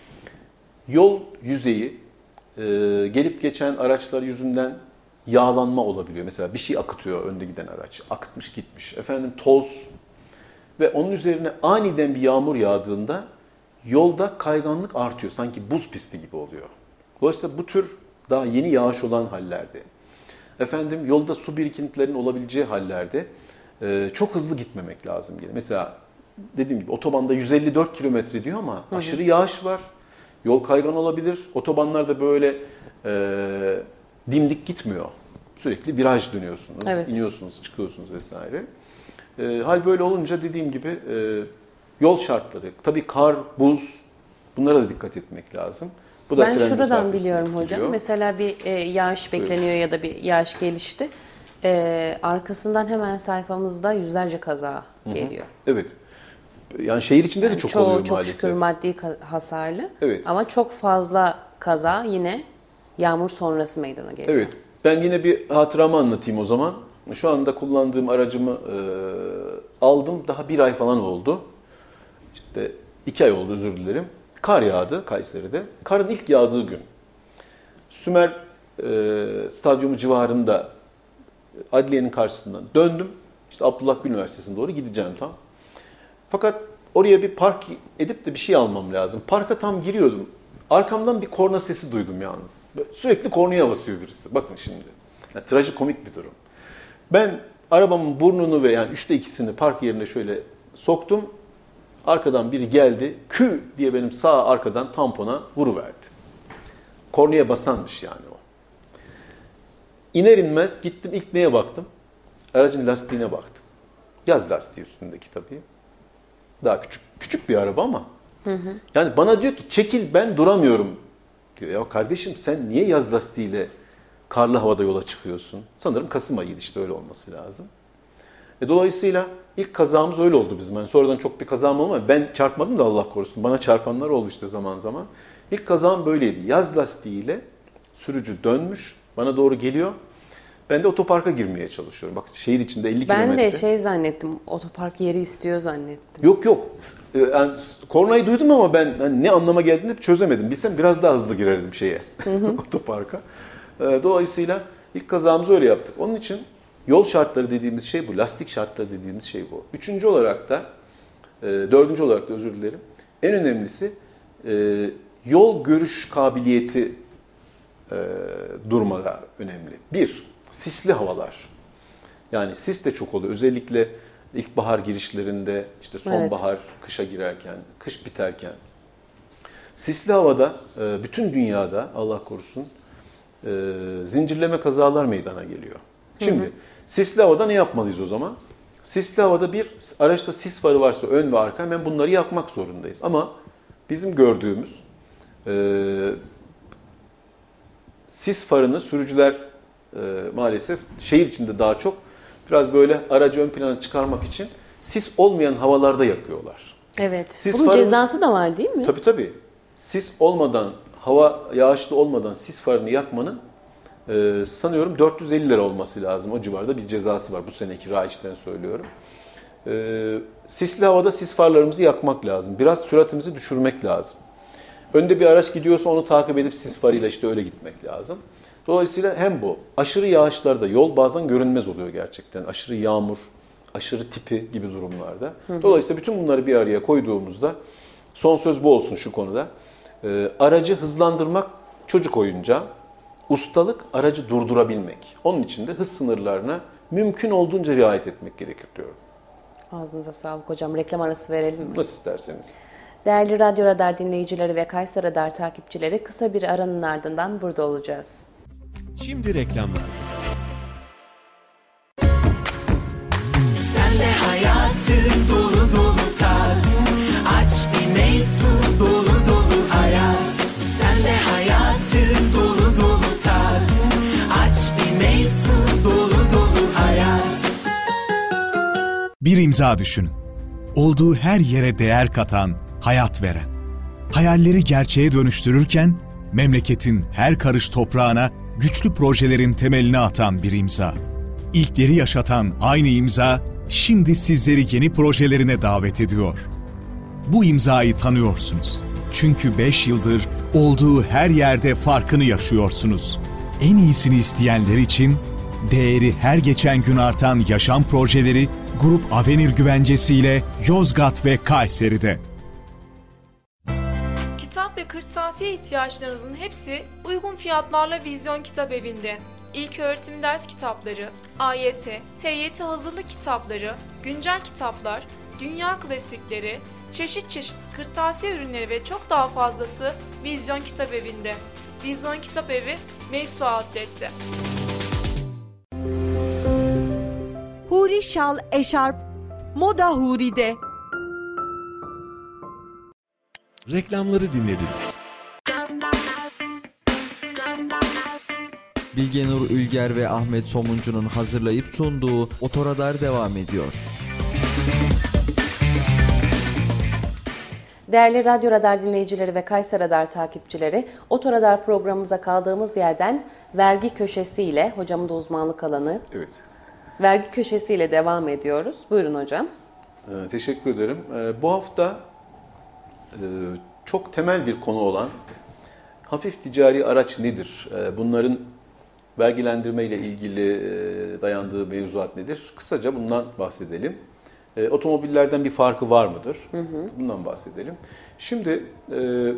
Yol yüzeyi e, gelip geçen araçlar yüzünden yağlanma olabiliyor. Mesela bir şey akıtıyor önde giden araç. Akıtmış gitmiş. Efendim toz ve onun üzerine aniden bir yağmur yağdığında yolda kayganlık artıyor. Sanki buz pisti gibi oluyor. Dolayısıyla bu tür daha yeni yağış olan hallerde, efendim yolda su birikintilerinin olabileceği hallerde e, çok hızlı gitmemek lazım. Yine. Mesela dediğim gibi otobanda yüz elli dört kilometre diyor ama hı hı. aşırı yağış var. Yol kaygan olabilir. Otobanlarda böyle e, dimdik gitmiyor. Sürekli viraj dönüyorsunuz, evet. iniyorsunuz, çıkıyorsunuz vesaire. E, hal böyle olunca dediğim gibi e, yol şartları, tabii kar, buz bunlara da dikkat etmek lazım. Bu da ben şuradan biliyorum hocam. Gidiyor. Mesela bir e, yağış bekleniyor evet. ya da bir yağış gelişti. E, arkasından hemen sayfamızda yüzlerce kaza geliyor. Hı hı. Evet. Yani şehir içinde yani de çok çoğu, oluyor çok maalesef. Çok şükür maddi hasarlı. Evet. Ama çok fazla kaza yine yağmur sonrası meydana geliyor. Evet. Ben yine bir hatıramı anlatayım o zaman. Şu anda kullandığım aracımı e, aldım. Daha bir ay falan oldu. İşte iki ay oldu özür dilerim. Kar yağdı Kayseri'de. Karın ilk yağdığı gün. Sümer e, stadyumu civarında adliyenin karşısından döndüm. İşte Abdullah Gül Üniversitesi'ne doğru gideceğim tam. Fakat oraya bir park edip de bir şey almam lazım. Parka tam giriyordum. Arkamdan bir korna sesi duydum yalnız. Sürekli kornaya basıyor birisi. Bakın şimdi. Yani trajikomik bir durum. Ben arabamın burnunu ve yani üçte ikisini park yerine şöyle soktum. Arkadan biri geldi. Kü diye benim sağ arkadan tampona vuruverdi. Kornaya basanmış yani o. İner inmez gittim ilk neye baktım? Aracın lastiğine baktım. Yaz lastiği üstündeki tabii. Daha küçük küçük bir araba ama. Hı hı. Yani bana diyor ki çekil ben duramıyorum diyor. Ya kardeşim sen niye yaz lastiğiyle karlı havada yola çıkıyorsun? Sanırım Kasım ayıydı işte öyle olması lazım. E dolayısıyla ilk kazamız öyle oldu bizim. Yani sonradan çok bir kazam olmadı ama ben çarpmadım da Allah korusun. Bana çarpanlar oldu işte zaman zaman. İlk kazam böyleydi. Yaz lastiğiyle sürücü dönmüş bana doğru geliyor. Ben de otoparka girmeye çalışıyorum. Bak şehir içinde elli ben kilometre. Ben de şey zannettim, otopark yeri istiyor zannettim. Yok yok. Yani kornayı duydum ama ben hani ne anlama geldiğini çözemedim. Bilsem biraz daha hızlı girerdim şeye, otoparka. Dolayısıyla ilk kazamızı öyle yaptık. Onun için yol şartları dediğimiz şey bu. Lastik şartları dediğimiz şey bu. Üçüncü olarak da, dördüncü olarak da özür dilerim. En önemlisi yol görüş kabiliyeti durmada önemli. Bir, sisli havalar. Yani sis de çok oluyor. Özellikle ilkbahar girişlerinde, işte sonbahar, evet. kışa girerken, kış biterken. Sisli havada bütün dünyada Allah korusun zincirleme kazalar meydana geliyor. Şimdi hı hı. sisli havada ne yapmalıyız o zaman? Sisli havada bir araçta sis farı varsa ön ve arka hemen bunları yakmak zorundayız. Ama bizim gördüğümüz e, sis farını sürücüler e, maalesef şehir içinde daha çok biraz böyle aracı ön plana çıkarmak için sis olmayan havalarda yakıyorlar. Evet. Sis bunun farımız, cezası da var değil mi? Tabii tabii. Sis olmadan, hava yağışlı olmadan sis farını yakmanın e, sanıyorum dört yüz elli lira olması lazım. O civarda bir cezası var. Bu seneki raiçten söylüyorum. E, sisli havada sis farlarımızı yakmak lazım. Biraz süratimizi düşürmek lazım. Önde bir araç gidiyorsa onu takip edip sis farıyla işte öyle gitmek lazım. Dolayısıyla hem bu. Aşırı yağışlarda yol bazen görünmez oluyor gerçekten. Aşırı yağmur, aşırı tipi gibi durumlarda. Hı hı. Dolayısıyla bütün bunları bir araya koyduğumuzda son söz bu olsun şu konuda. E, aracı hızlandırmak çocuk oyuncağı. Ustalık aracı durdurabilmek. Onun için de hız sınırlarına mümkün olduğunca riayet etmek gerekir diyorum. Ağzınıza sağlık hocam. Reklam arası verelim mi? Nasıl isterseniz. Değerli Radyo Radar dinleyicileri ve Kayser Radar takipçileri, kısa bir aranın ardından burada olacağız. Şimdi reklamlar. Sen de hayatı dolu dolu tat. Aç bir meysu dolu dolu hayat. Sen de hayatı dolu dolu tat. Aç bir meysu dolu dolu hayat. Bir imza düşünün. Olduğu her yere değer katan, hayat veren. Hayalleri gerçeğe dönüştürürken, memleketin her karış toprağına güçlü projelerin temelini atan bir imza. İlkleri yaşatan aynı imza, şimdi sizleri yeni projelerine davet ediyor. Bu imzayı tanıyorsunuz. Çünkü beş yıldır olduğu her yerde farkını yaşıyorsunuz. En iyisini isteyenler için değeri her geçen gün artan yaşam projeleri Grup Avenir güvencesiyle Yozgat ve Kayseri'de. Kitap ve kırtasiye ihtiyaçlarınızın hepsi uygun fiyatlarla Vizyon Kitap Evi'nde. İlköğretim ders kitapları, A Y T, T Y T hazırlık kitapları, güncel kitaplar, dünya klasikleri, çeşit çeşit kırtasiye ürünleri ve çok daha fazlası Vizyon Kitap Evi'nde. Vizyon Kitap Evi, Meysu Outlet'te. Huri Şal Eşarp, Moda Huri'de. Reklamları dinlediniz. Bilgenur Ülger ve Ahmet Somuncu'nun hazırlayıp sunduğu Otoradar devam ediyor. Değerli Radyo Radar dinleyicileri ve Kayser Radar takipçileri, Otoradar programımıza kaldığımız yerden vergi köşesiyle, hocamın da uzmanlık alanı, Evet. vergi köşesiyle devam ediyoruz. Buyurun hocam. Ee, teşekkür ederim. Ee, bu hafta e, çok temel bir konu olan hafif ticari araç nedir? Ee, bunların vergilendirme ile ilgili e, dayandığı mevzuat nedir? Kısaca bundan bahsedelim. E, otomobillerden bir farkı var mıdır? Hı hı. Bundan bahsedelim. Şimdi e,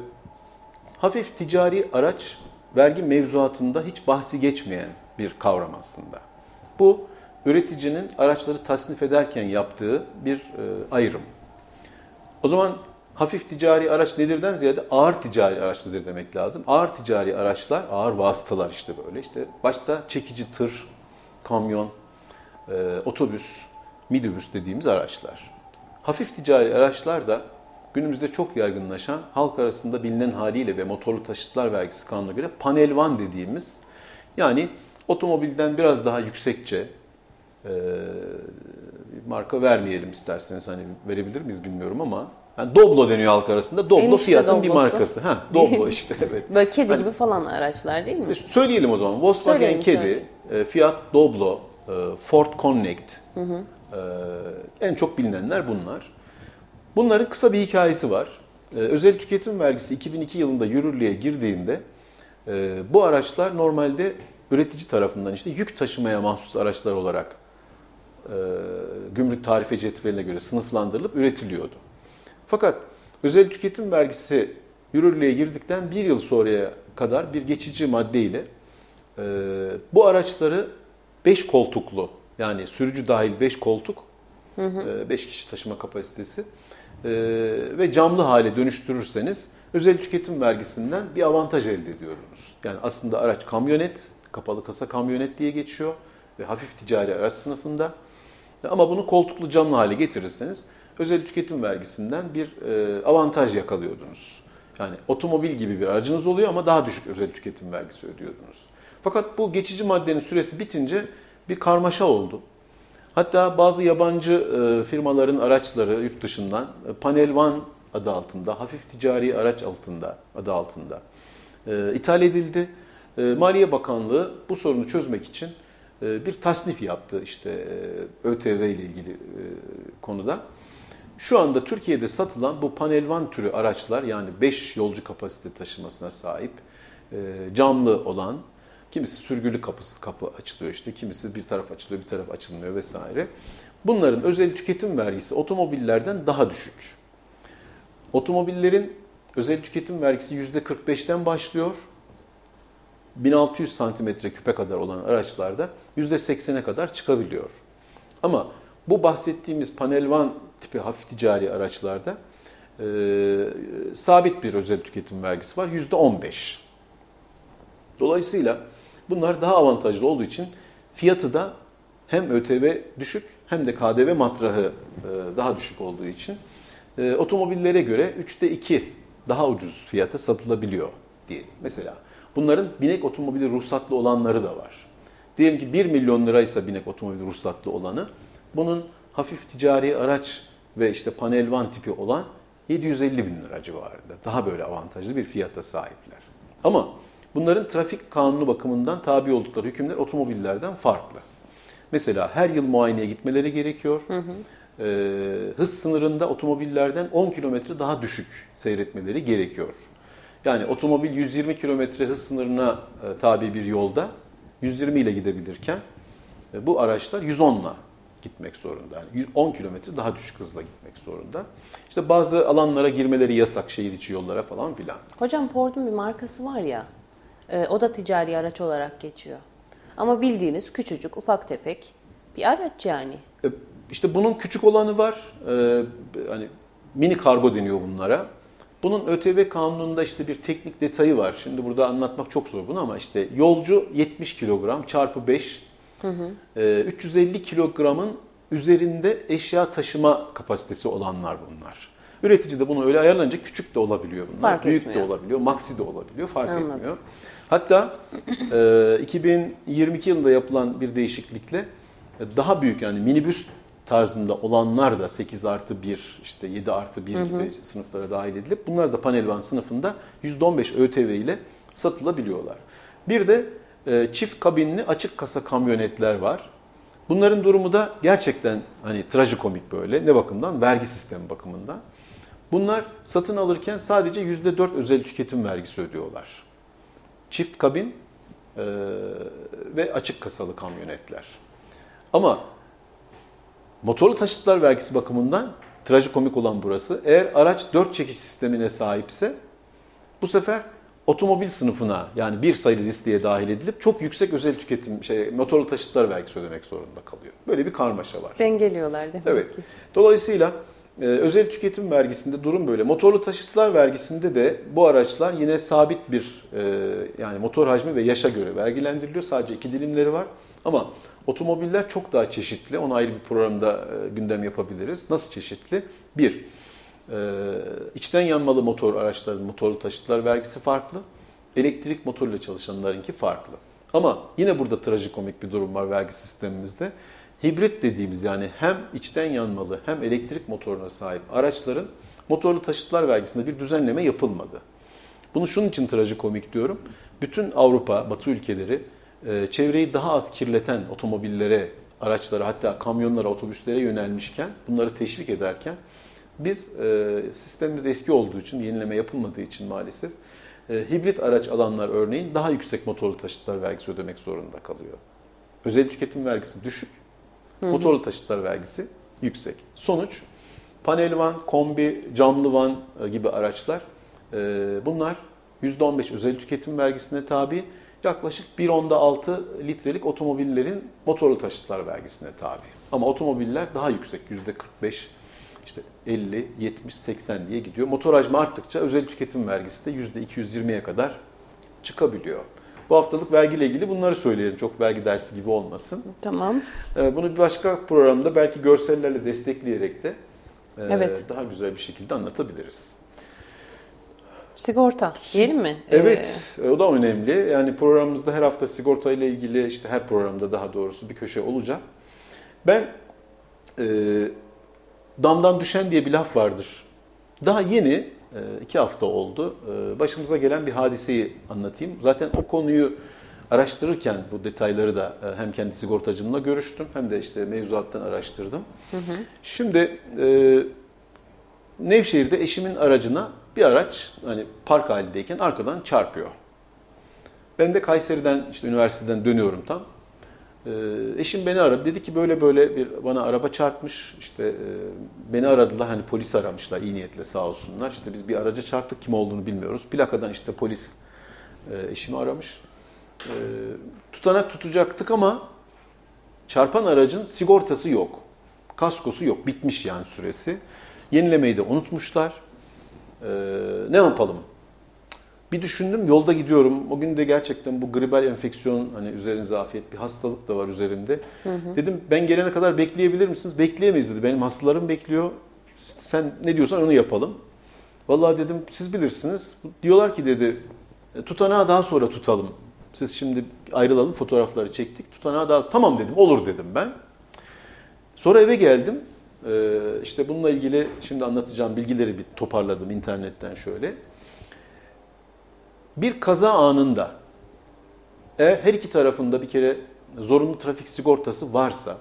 hafif ticari araç vergi mevzuatında hiç bahsi geçmeyen bir kavram aslında. Bu üreticinin araçları tasnif ederken yaptığı bir e, ayrım. O zaman hafif ticari araç nedirden ziyade ağır ticari araç nedir demek lazım. Ağır ticari araçlar, ağır vasıtalar işte böyle. İşte başta çekici tır, kamyon, e, otobüs, minibüs dediğimiz araçlar. Hafif ticari araçlar da günümüzde çok yaygınlaşan, halk arasında bilinen haliyle ve motorlu taşıtlar vergisi kanununa göre panel van dediğimiz, yani otomobilden biraz daha yüksekçe, e, marka vermeyelim isterseniz, hani verebilir miyiz bilmiyorum ama yani Doblo deniyor halk arasında. Doblo Enişte Fiat'ın bir Doblosu. markası. Ha, Doblo işte evet. Böyle kedi hani, gibi falan araçlar değil mi? Söyleyelim o zaman. Volkswagen Söyleyelim, Kedi, söyleyelim. Fiat Doblo, Ford Connect, hı hı. en çok bilinenler bunlar. Bunların kısa bir hikayesi var. Özel tüketim vergisi iki bin iki yılında yürürlüğe girdiğinde bu araçlar normalde üretici tarafından işte yük taşımaya mahsus araçlar olarak gümrük tarife cetveline göre sınıflandırılıp üretiliyordu. Fakat özel tüketim vergisi yürürlüğe girdikten bir yıl sonraya kadar bir geçici maddeyle e, bu araçları beş koltuklu, yani sürücü dahil beş koltuk, beş kişi taşıma kapasitesi e, ve camlı hale dönüştürürseniz özel tüketim vergisinden bir avantaj elde ediyordunuz. Yani aslında araç kamyonet, kapalı kasa kamyonet diye geçiyor ve hafif ticari araç sınıfında. Ama bunu koltuklu camlı hale getirirseniz özel tüketim vergisinden bir e, avantaj yakalıyordunuz. Yani otomobil gibi bir aracınız oluyor ama daha düşük özel tüketim vergisi ödüyordunuz. Fakat bu geçici maddenin süresi bitince bir karmaşa oldu. Hatta bazı yabancı e, firmaların araçları yurt dışından e, Panel Van adı altında, hafif ticari araç altında adı altında e, ithal edildi. E, Maliye Bakanlığı bu sorunu çözmek için e, bir tasnif yaptı işte e, ÖTV ile ilgili e, konuda. Şu anda Türkiye'de satılan bu Panel Van türü araçlar, yani beş yolcu kapasite taşımasına sahip, camlı olan, kimisi sürgülü kapısı kapı açılıyor işte, kimisi bir taraf açılıyor, bir taraf açılmıyor vesaire. Bunların özel tüketim vergisi otomobillerden daha düşük. Otomobillerin özel tüketim vergisi yüzde kırk beşten başlıyor. bin altı yüz santimetre küpe kadar olan araçlarda yüzde seksene kadar çıkabiliyor. Ama bu bahsettiğimiz panel van tipi hafif ticari araçlarda e, sabit bir özel tüketim vergisi var, yüzde on beş. Dolayısıyla bunlar daha avantajlı olduğu için fiyatı da hem ÖTV düşük hem de K D V matrahı daha düşük olduğu için otomobillere göre üçte iki daha ucuz fiyata satılabiliyor diyelim. Mesela bunların binek otomobili ruhsatlı olanları da var. Diyelim ki bir milyon liraysa binek otomobili ruhsatlı olanı, bunun hafif ticari araç ve işte panel van tipi olan yedi yüz elli bin lira civarında. Daha böyle avantajlı bir fiyata sahipler. Ama bunların trafik kanunu bakımından tabi oldukları hükümler otomobillerden farklı. Mesela her yıl muayeneye gitmeleri gerekiyor. Hı hı. Ee, hız sınırında otomobillerden on kilometre daha düşük seyretmeleri gerekiyor. Yani otomobil yüz yirmi kilometre hız sınırına e, tabi bir yolda yüz yirmi ile gidebilirken e, bu araçlar yüz onla gitmek zorunda. Yani on kilometre daha düşük hızla gitmek zorunda. İşte bazı alanlara girmeleri yasak, şehir içi yollara falan filan. Hocam Ford'un bir markası var ya, e, o da ticari araç olarak geçiyor. Ama bildiğiniz küçücük, ufak tefek bir araç yani. E, işte bunun küçük olanı var. E, hani mini kargo deniyor bunlara. Bunun ÖTV kanununda işte bir teknik detayı var. Şimdi burada anlatmak çok zor bunu ama işte yolcu yetmiş kilogram çarpı beş, hı hı. E, üç yüz elli kilogramın üzerinde eşya taşıma kapasitesi olanlar bunlar. Üretici de bunu öyle ayarlanınca küçük de olabiliyor bunlar. Fark büyük etmiyor. de olabiliyor, maxi de olabiliyor, fark Anladım. etmiyor. Hatta e, iki bin yirmi iki yılında yapılan bir değişiklikle daha büyük, yani minibüs tarzında olanlar da sekiz artı bir, işte yedi artı bir gibi sınıflara dahil edilip bunlar da panel van sınıfında yüzde on beş ÖTV ile satılabiliyorlar. Bir de e, çift kabinli açık kasa kamyonetler var. Bunların durumu da gerçekten hani trajikomik böyle. Ne bakımdan? Vergi sistemi bakımından. Bunlar satın alırken sadece yüzde dört özel tüketim vergisi ödüyorlar. Çift kabin e, ve açık kasalı kamyonetler. Ama motorlu taşıtlar vergisi bakımından trajikomik olan burası. Eğer araç dört çekiş sistemine sahipse bu sefer otomobil sınıfına, yani bir sayılı listeye dahil edilip çok yüksek özel tüketim şey motorlu taşıtlar vergisi ödemek zorunda kalıyor. Böyle bir karmaşa var. Dengeliyorlar demek evet. ki. Dolayısıyla e, özel tüketim vergisinde durum böyle. Motorlu taşıtlar vergisinde de bu araçlar yine sabit bir e, yani motor hacmi ve yaşa göre vergilendiriliyor. Sadece iki dilimleri var. Ama otomobiller çok daha çeşitli. Ona ayrı bir programda e, gündem yapabiliriz. Nasıl çeşitli? Bir, e, içten yanmalı motor araçların motorlu taşıtlar vergisi farklı. Elektrik motoruyla çalışanlarınki farklı. Ama yine burada trajikomik bir durum var vergi sistemimizde. Hibrit dediğimiz, yani hem içten yanmalı hem elektrik motoruna sahip araçların motorlu taşıtlar vergisinde bir düzenleme yapılmadı. Bunu şunun için trajikomik diyorum. Bütün Avrupa, Batı ülkeleri çevreyi daha az kirleten otomobillere, araçlara, hatta kamyonlara, otobüslere yönelmişken, bunları teşvik ederken biz sistemimiz eski olduğu için, yenileme yapılmadığı için maalesef hibrit araç alanlar örneğin daha yüksek motorlu taşıtlar vergisi ödemek zorunda kalıyor. Özel tüketim vergisi düşük, motorlu taşıtlar vergisi yüksek. Sonuç, panel van, kombi, camlı van gibi araçlar, bunlar yüzde on beş özel tüketim vergisine tabi. Yaklaşık bir onda altı litrelik otomobillerin motorlu taşıtlar vergisine tabi. Ama otomobiller daha yüksek, yüzde kırk beş, işte elli, yetmiş, seksen diye gidiyor. Motor hacmi arttıkça özel tüketim vergisi de yüzde iki yüz yirmiye kadar çıkabiliyor. Bu haftalık vergiyle ilgili bunları söyleyelim. Çok vergi dersi gibi olmasın. Tamam. Bunu bir başka programda belki görsellerle destekleyerek de evet. daha güzel bir şekilde anlatabiliriz. Sigorta diyelim mi? Evet, ee... o da önemli. Yani programımızda her hafta sigorta ile ilgili, işte her programda daha doğrusu bir köşe olacak. Ben e, damdan düşen diye bir laf vardır. Daha yeni, e, iki hafta oldu, e, başımıza gelen bir hadiseyi anlatayım. Zaten o konuyu araştırırken bu detayları da e, hem kendi sigortacımla görüştüm hem de işte mevzuattan araştırdım. Hı hı. Şimdi e, Nevşehir'de eşimin aracına bir araç hani park halindeyken arkadan çarpıyor. Ben de Kayseri'den, işte üniversiteden dönüyorum tam. Ee, eşim beni aradı. Dedi ki böyle böyle bir bana araba çarpmış. İşte e, beni aradılar. Hani polis aramışlar iyi niyetle sağ olsunlar. İşte biz bir araca çarptık. Kim olduğunu bilmiyoruz. Plakadan işte polis e, eşimi aramış. e, tutanak tutacaktık ama çarpan aracın sigortası yok. Kaskosu yok. Bitmiş yani süresi. Yenilemeyi de unutmuşlar. E, ne yapalım? Bir düşündüm, yolda gidiyorum. O gün de gerçekten bu gribal enfeksiyon, hani üzerinize afiyet, bir hastalık da var üzerimde. Hı hı. Dedim ben gelene kadar bekleyebilir misiniz? Bekleyemeyiz dedi. Benim hastalarım bekliyor. Sen ne diyorsan onu yapalım. Vallahi dedim siz bilirsiniz. Diyorlar ki dedi tutanağı daha sonra tutalım. Siz şimdi ayrılalım, fotoğrafları çektik. Tutanağı daha tamam dedim, olur dedim ben. Sonra eve geldim. Ee, işte bununla ilgili şimdi anlatacağım bilgileri bir toparladım internetten şöyle. Bir kaza anında eğer her iki tarafında bir kere zorunlu trafik sigortası varsa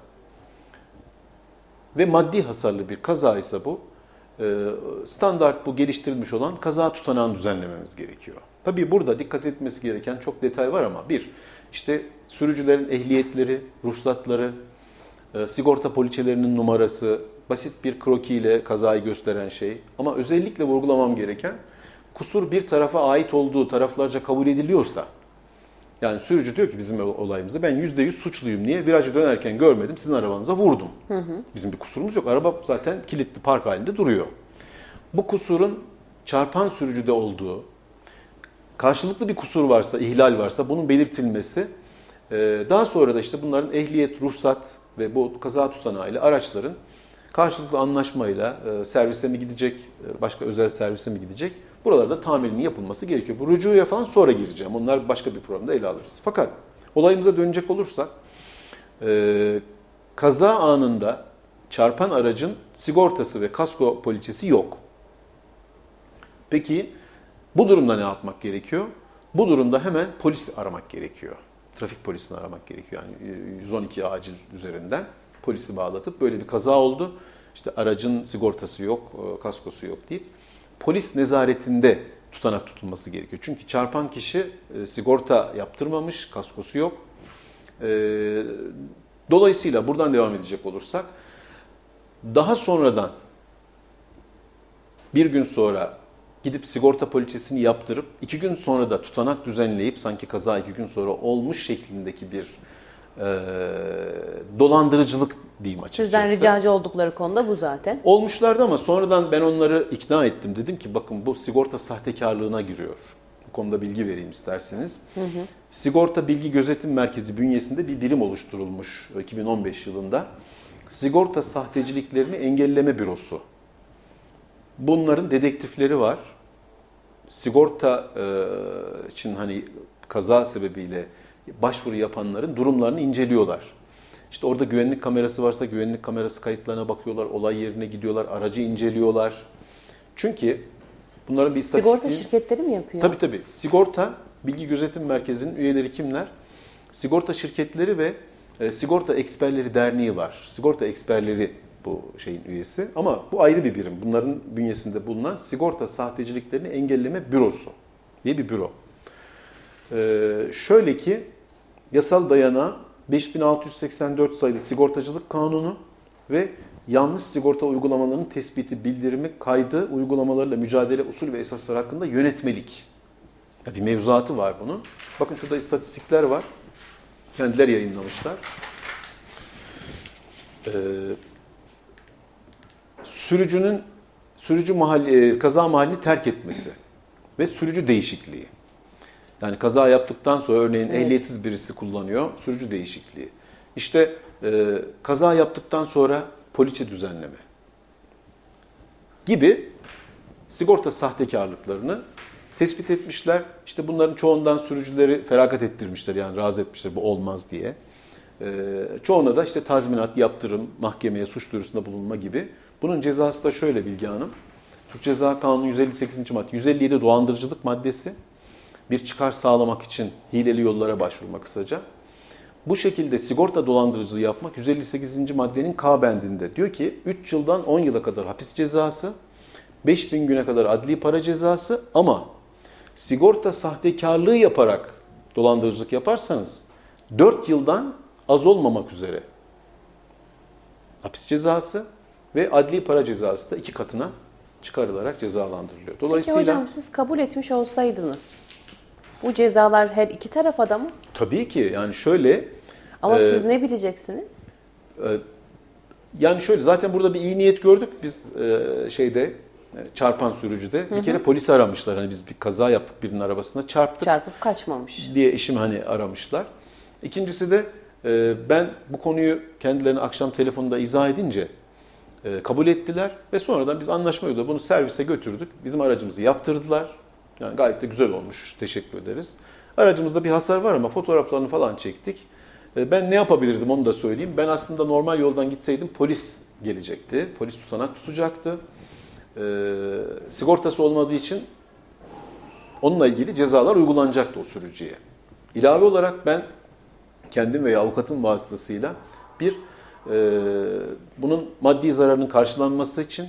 ve maddi hasarlı bir kaza ise bu, standart bu geliştirilmiş olan kaza tutanağını düzenlememiz gerekiyor. Tabii burada dikkat etmesi gereken çok detay var ama bir, işte sürücülerin ehliyetleri, ruhsatları, sigorta poliçelerinin numarası, basit bir kroki ile kazayı gösteren şey. Ama özellikle vurgulamam gereken, kusur bir tarafa ait olduğu taraflarca kabul ediliyorsa, yani sürücü diyor ki bizim olayımızda ben yüzde yüz suçluyum. Niye? Virajı dönerken görmedim, sizin arabanıza vurdum. Hı hı. Bizim bir kusurumuz yok. Araba zaten kilitli park halinde duruyor. Bu kusurun çarpan sürücüde olduğu, karşılıklı bir kusur varsa, ihlal varsa bunun belirtilmesi, daha sonra da işte bunların ehliyet, ruhsat ve bu kaza tutanağıyla araçların karşılıklı anlaşmayla servise mi gidecek, başka özel servise mi gidecek? Buralarda tamirinin yapılması gerekiyor. Bu rücuya falan sonra gireceğim. Onlar başka bir programda ele alırız. Fakat olayımıza dönecek olursak, e, kaza anında çarpan aracın sigortası ve kasko poliçesi yok. Peki bu durumda ne yapmak gerekiyor? Bu durumda hemen polis aramak gerekiyor. Trafik polisini aramak gerekiyor. Yani yüz on iki acil üzerinden polisi bağlatıp böyle bir kaza oldu. İşte aracın sigortası yok, kaskosu yok deyip polis nezaretinde tutanak tutulması gerekiyor. Çünkü çarpan kişi e, sigorta yaptırmamış, kaskosu yok. E, dolayısıyla buradan devam edecek olursak, daha sonradan bir gün sonra gidip sigorta poliçesini yaptırıp iki gün sonra da tutanak düzenleyip sanki kaza iki gün sonra olmuş şeklindeki bir e, dolandırıcılık diyeyim açıkçası. Sizden ricacı oldukları konuda bu zaten. Olmuşlardı ama sonradan ben onları ikna ettim. Dedim ki bakın bu sigorta sahtekarlığına giriyor. Bu konuda bilgi vereyim isterseniz. Hı hı. Sigorta Bilgi Gözetim Merkezi bünyesinde bir birim oluşturulmuş iki bin on beş yılında. Sigorta sahteciliklerini engelleme bürosu. Bunların dedektifleri var. Sigorta e, için hani kaza sebebiyle başvuru yapanların durumlarını inceliyorlar. İşte orada güvenlik kamerası varsa güvenlik kamerası kayıtlarına bakıyorlar, olay yerine gidiyorlar, aracı inceliyorlar. Çünkü bunların bir istatistiği... Sigorta şirketleri mi yapıyor? Tabii tabii. Sigorta Bilgi Gözetim Merkezi'nin üyeleri kimler? Sigorta şirketleri ve e, Sigorta Eksperleri Derneği var. Sigorta eksperleri bu şeyin üyesi ama bu ayrı bir birim. Bunların bünyesinde bulunan Sigorta Sahteciliklerini Engelleme Bürosu diye bir büro. Ee, şöyle ki yasal dayanağı beş bin altı yüz seksen dört sayılı Sigortacılık Kanunu ve yanlış sigorta uygulamalarının tespiti, bildirimi, kaydı, uygulamalarıyla mücadele usul ve esasları hakkında yönetmelik. Bir mevzuatı var bunun. Bakın şurada istatistikler var. Kendileri yayınlamışlar. Ee, sürücünün sürücü mahalli, kaza mahallini terk etmesi ve sürücü değişikliği. Yani kaza yaptıktan sonra örneğin evet. ehliyetsiz birisi kullanıyor, sürücü değişikliği. İşte e, kaza yaptıktan sonra poliçe düzenleme gibi sigorta sahtekarlıklarını tespit etmişler. İşte bunların çoğundan sürücüleri feragat ettirmişler, yani razı etmişler bu olmaz diye. E, çoğuna da işte tazminat, yaptırım, mahkemeye suç duyurusunda bulunma gibi. Bunun cezası da şöyle Bilge Hanım. Türk Ceza Kanunu yüz elli sekizinci madde, yüz elli yedi dolandırıcılık maddesi. Bir çıkar sağlamak için hileli yollara başvurmak kısaca. Bu şekilde sigorta dolandırıcılığı yapmak yüz elli sekizinci maddenin K bendinde. Diyor ki üç yıldan on yıla kadar hapis cezası, beş bin güne kadar adli para cezası ama sigorta sahtekarlığı yaparak dolandırıcılık yaparsanız dört yıldan az olmamak üzere hapis cezası ve adli para cezası da iki katına çıkarılarak cezalandırılıyor. Dolayısıyla, peki hocam siz kabul etmiş olsaydınız Bu cezalar her iki tarafa da mı? Tabii ki yani şöyle. Ama e, siz ne bileceksiniz? e, yani şöyle zaten burada bir iyi niyet gördük biz e, şeyde çarpan sürücüde. Hı hı. Bir kere polisi aramışlar. Hani biz bir kaza yaptık birinin arabasına çarptık. Çarpıp kaçmamış diye eşim hani aramışlar. İkincisi de e, ben bu konuyu kendilerine akşam telefonda izah edince e, kabul ettiler ve sonradan biz anlaşma yoluyla bunu servise götürdük. Bizim aracımızı yaptırdılar. Yani gayet de güzel olmuş. Teşekkür ederiz. Aracımızda bir hasar var ama fotoğraflarını falan çektik. E, ben ne yapabilirdim onu da söyleyeyim. Ben aslında normal yoldan gitseydim polis gelecekti. Polis tutanak tutacaktı. E, sigortası olmadığı için onunla ilgili cezalar uygulanacaktı o sürücüye. İlave olarak ben kendim veya avukatın vasıtasıyla bir e, bunun maddi zararının karşılanması için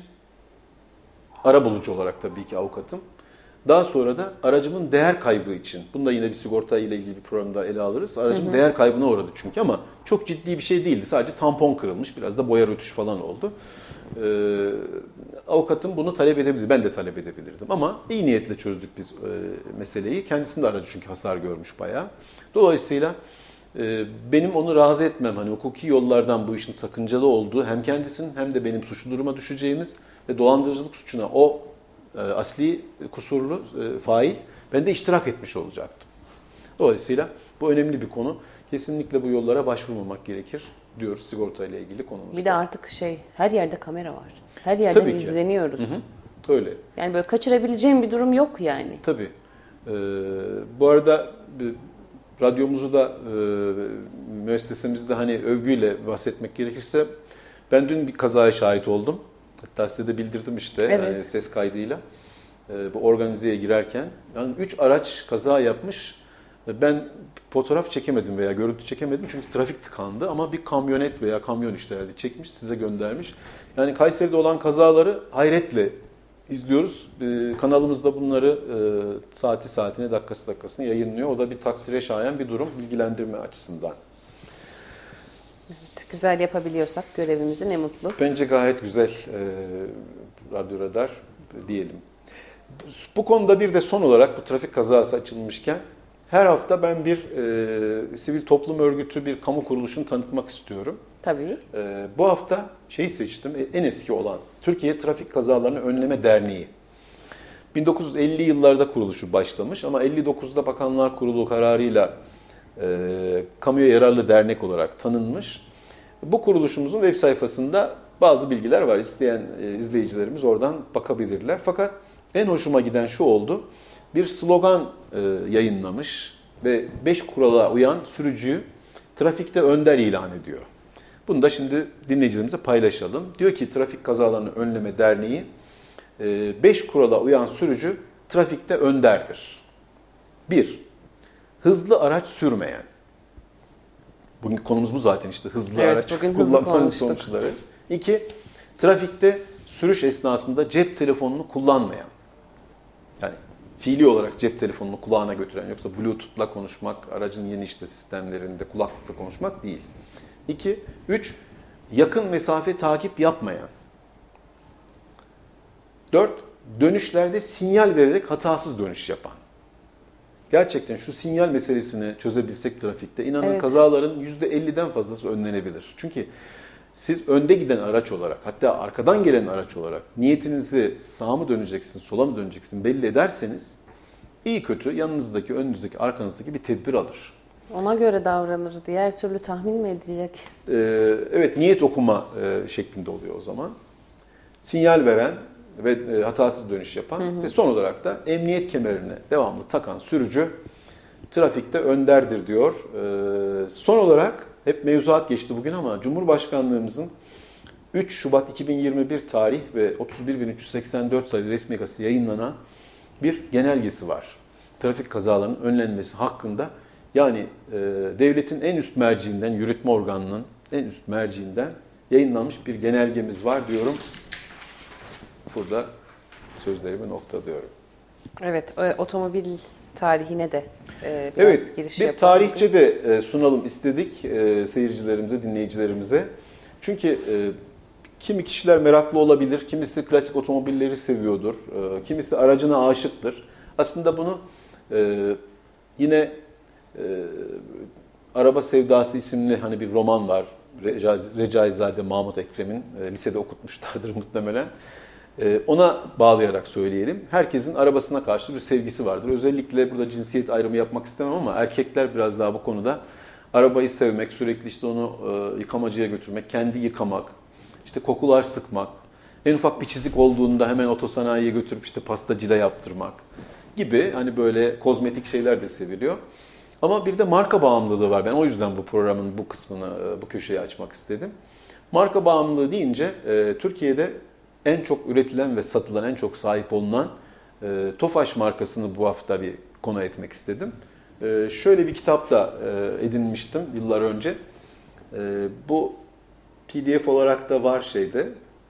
arabulucu olarak tabii ki avukatım. Daha sonra da aracımın değer kaybı için, bunu da yine bir sigorta ile ilgili bir programda ele alırız. Aracım hı hı. değer kaybına uğradı çünkü ama çok ciddi bir şey değildi. Sadece tampon kırılmış, biraz da boya rötuş falan oldu. Ee, avukatım bunu talep edebilirdi. Ben de talep edebilirdim. Ama iyi niyetle çözdük biz e, meseleyi. Kendisinin de aracı çünkü hasar görmüş bayağı. Dolayısıyla e, benim onu razı etmem, hani hukuki yollardan bu işin sakıncalı olduğu hem kendisinin hem de benim suçlu duruma düşeceğimiz ve dolandırıcılık suçuna o e, asli kusurlu e, fail ben de iştirak etmiş olacaktım. Dolayısıyla bu önemli bir konu. Kesinlikle bu yollara başvurmamak gerekir diyoruz sigorta ile ilgili konumuzda. Bir de artık şey, her yerde kamera var. Her yerden Tabii izleniyoruz. Hı hı. Öyle. Yani böyle kaçırabileceğim bir durum yok yani. Tabii. Ee, bu arada radyomuzu da e, müessesemizde hani övgüyle bahsetmek gerekirse ben dün bir kazaya şahit oldum. Hatta size de bildirdim işte evet. yani ses kaydıyla. E, bu organizeye girerken. Yani üç araç kaza yapmış. Ben fotoğraf çekemedim veya görüntü çekemedim çünkü trafik tıkandı ama bir kamyonet veya kamyon işte herhalde çekmiş, size göndermiş. Yani Kayseri'de olan kazaları hayretle izliyoruz. Ee, kanalımızda bunları e, saati saatine, dakikası dakikasına yayınlıyor. O da bir takdire şayan bir durum bilgilendirme açısından. Evet, güzel yapabiliyorsak görevimizi ne mutlu. Bence gayet güzel e, Radyo Radar diyelim. Bu konuda bir de son olarak bu trafik kazası açılmışken her hafta ben bir e, sivil toplum örgütü, bir kamu kuruluşunu tanıtmak istiyorum. Tabii. E, bu hafta şeyi seçtim, en eski olan Türkiye Trafik Kazalarını Önleme Derneği. bin dokuz yüz elli yıllarda kuruluşu başlamış ama elli dokuzda Bakanlar Kurulu kararıyla e, kamuya yararlı dernek olarak tanınmış. Bu kuruluşumuzun web sayfasında bazı bilgiler var. İsteyen e, izleyicilerimiz oradan bakabilirler. Fakat en hoşuma giden şu oldu. Bir slogan e, yayınlamış ve beş kurala uyan sürücüyü trafikte önder ilan ediyor. Bunu da şimdi dinleyicilerimize paylaşalım. Diyor ki Trafik Kazalarını Önleme Derneği beş kurala uyan sürücü trafikte önderdir. bir. Hızlı araç sürmeyen. Bugün konumuz bu zaten işte hızlı evet, araç kullanmanın kullanmanın sonuçları. iki. Trafikte sürüş esnasında cep telefonunu kullanmayan. Yani fiili olarak cep telefonunu kulağına götüren, yoksa Bluetooth'la konuşmak, aracın yeni işte sistemlerinde kulaklıkla konuşmak değil. iki. üç. Yakın mesafe takip yapmayan. dört. Dönüşlerde sinyal vererek hatasız dönüş yapan. Gerçekten şu sinyal meselesini çözebilsek trafikte, inanın evet. kazaların yüzde elliden fazlası önlenebilir. Çünkü siz önde giden araç olarak, hatta arkadan gelen araç olarak niyetinizi sağa mı döneceksin, sola mı döneceksin belli ederseniz iyi kötü yanınızdaki, önünüzdeki, arkanızdaki bir tedbir alır. Ona göre davranır. Diğer türlü tahmin mi edecek? Ee, evet, niyet okuma e, şeklinde oluyor o zaman. Sinyal veren ve e, hatasız dönüş yapan hı hı. ve son olarak da emniyet kemerini devamlı takan sürücü trafikte önderdir diyor. Ee, son olarak hep mevzuat geçti bugün ama Cumhurbaşkanlığımızın üç Şubat iki bin yirmi bir tarih ve otuz bir bin üç yüz seksen dört sayılı resmi gazetesi yayınlanan bir genelgesi var. Trafik kazalarının önlenmesi hakkında, yani e, devletin en üst merciinden, yürütme organının en üst merciinden yayınlanmış bir genelgemiz var diyorum. Burada sözlerimi noktalıyorum. Evet, otomobil tarihine de e, biraz evet, giriş bir yapalım. tarihçe de e, sunalım istedik e, seyircilerimize, dinleyicilerimize. Çünkü e, kimi kişiler meraklı olabilir, kimisi klasik otomobilleri seviyordur, e, kimisi aracına aşıktır. Aslında bunu e, Yine e, Araba Sevdası isimli hani bir roman var. Recaizade Mahmut Ekrem'in, e, lisede okutmuşlardır muhtemelen. E, ona bağlayarak söyleyelim. Herkesin arabasına karşı bir sevgisi vardır. Özellikle burada cinsiyet ayrımı yapmak istemem ama erkekler biraz daha bu konuda arabayı sevmek, sürekli işte onu e, yıkamacıya götürmek, kendi yıkamak, işte kokular sıkmak, en ufak bir çizik olduğunda hemen otosanayiye götürüp işte pasta cila yaptırmak gibi hani böyle kozmetik şeyler de seviliyor. Ama bir de marka bağımlılığı var. Ben o yüzden bu programın bu kısmını, bu köşeyi açmak istedim. Marka bağımlılığı deyince Türkiye'de en çok üretilen ve satılan, en çok sahip olunan Tofaş markasını bu hafta bir konu etmek istedim. Şöyle bir kitap da edinmiştim yıllar önce. Bu P D F olarak da var şeyde,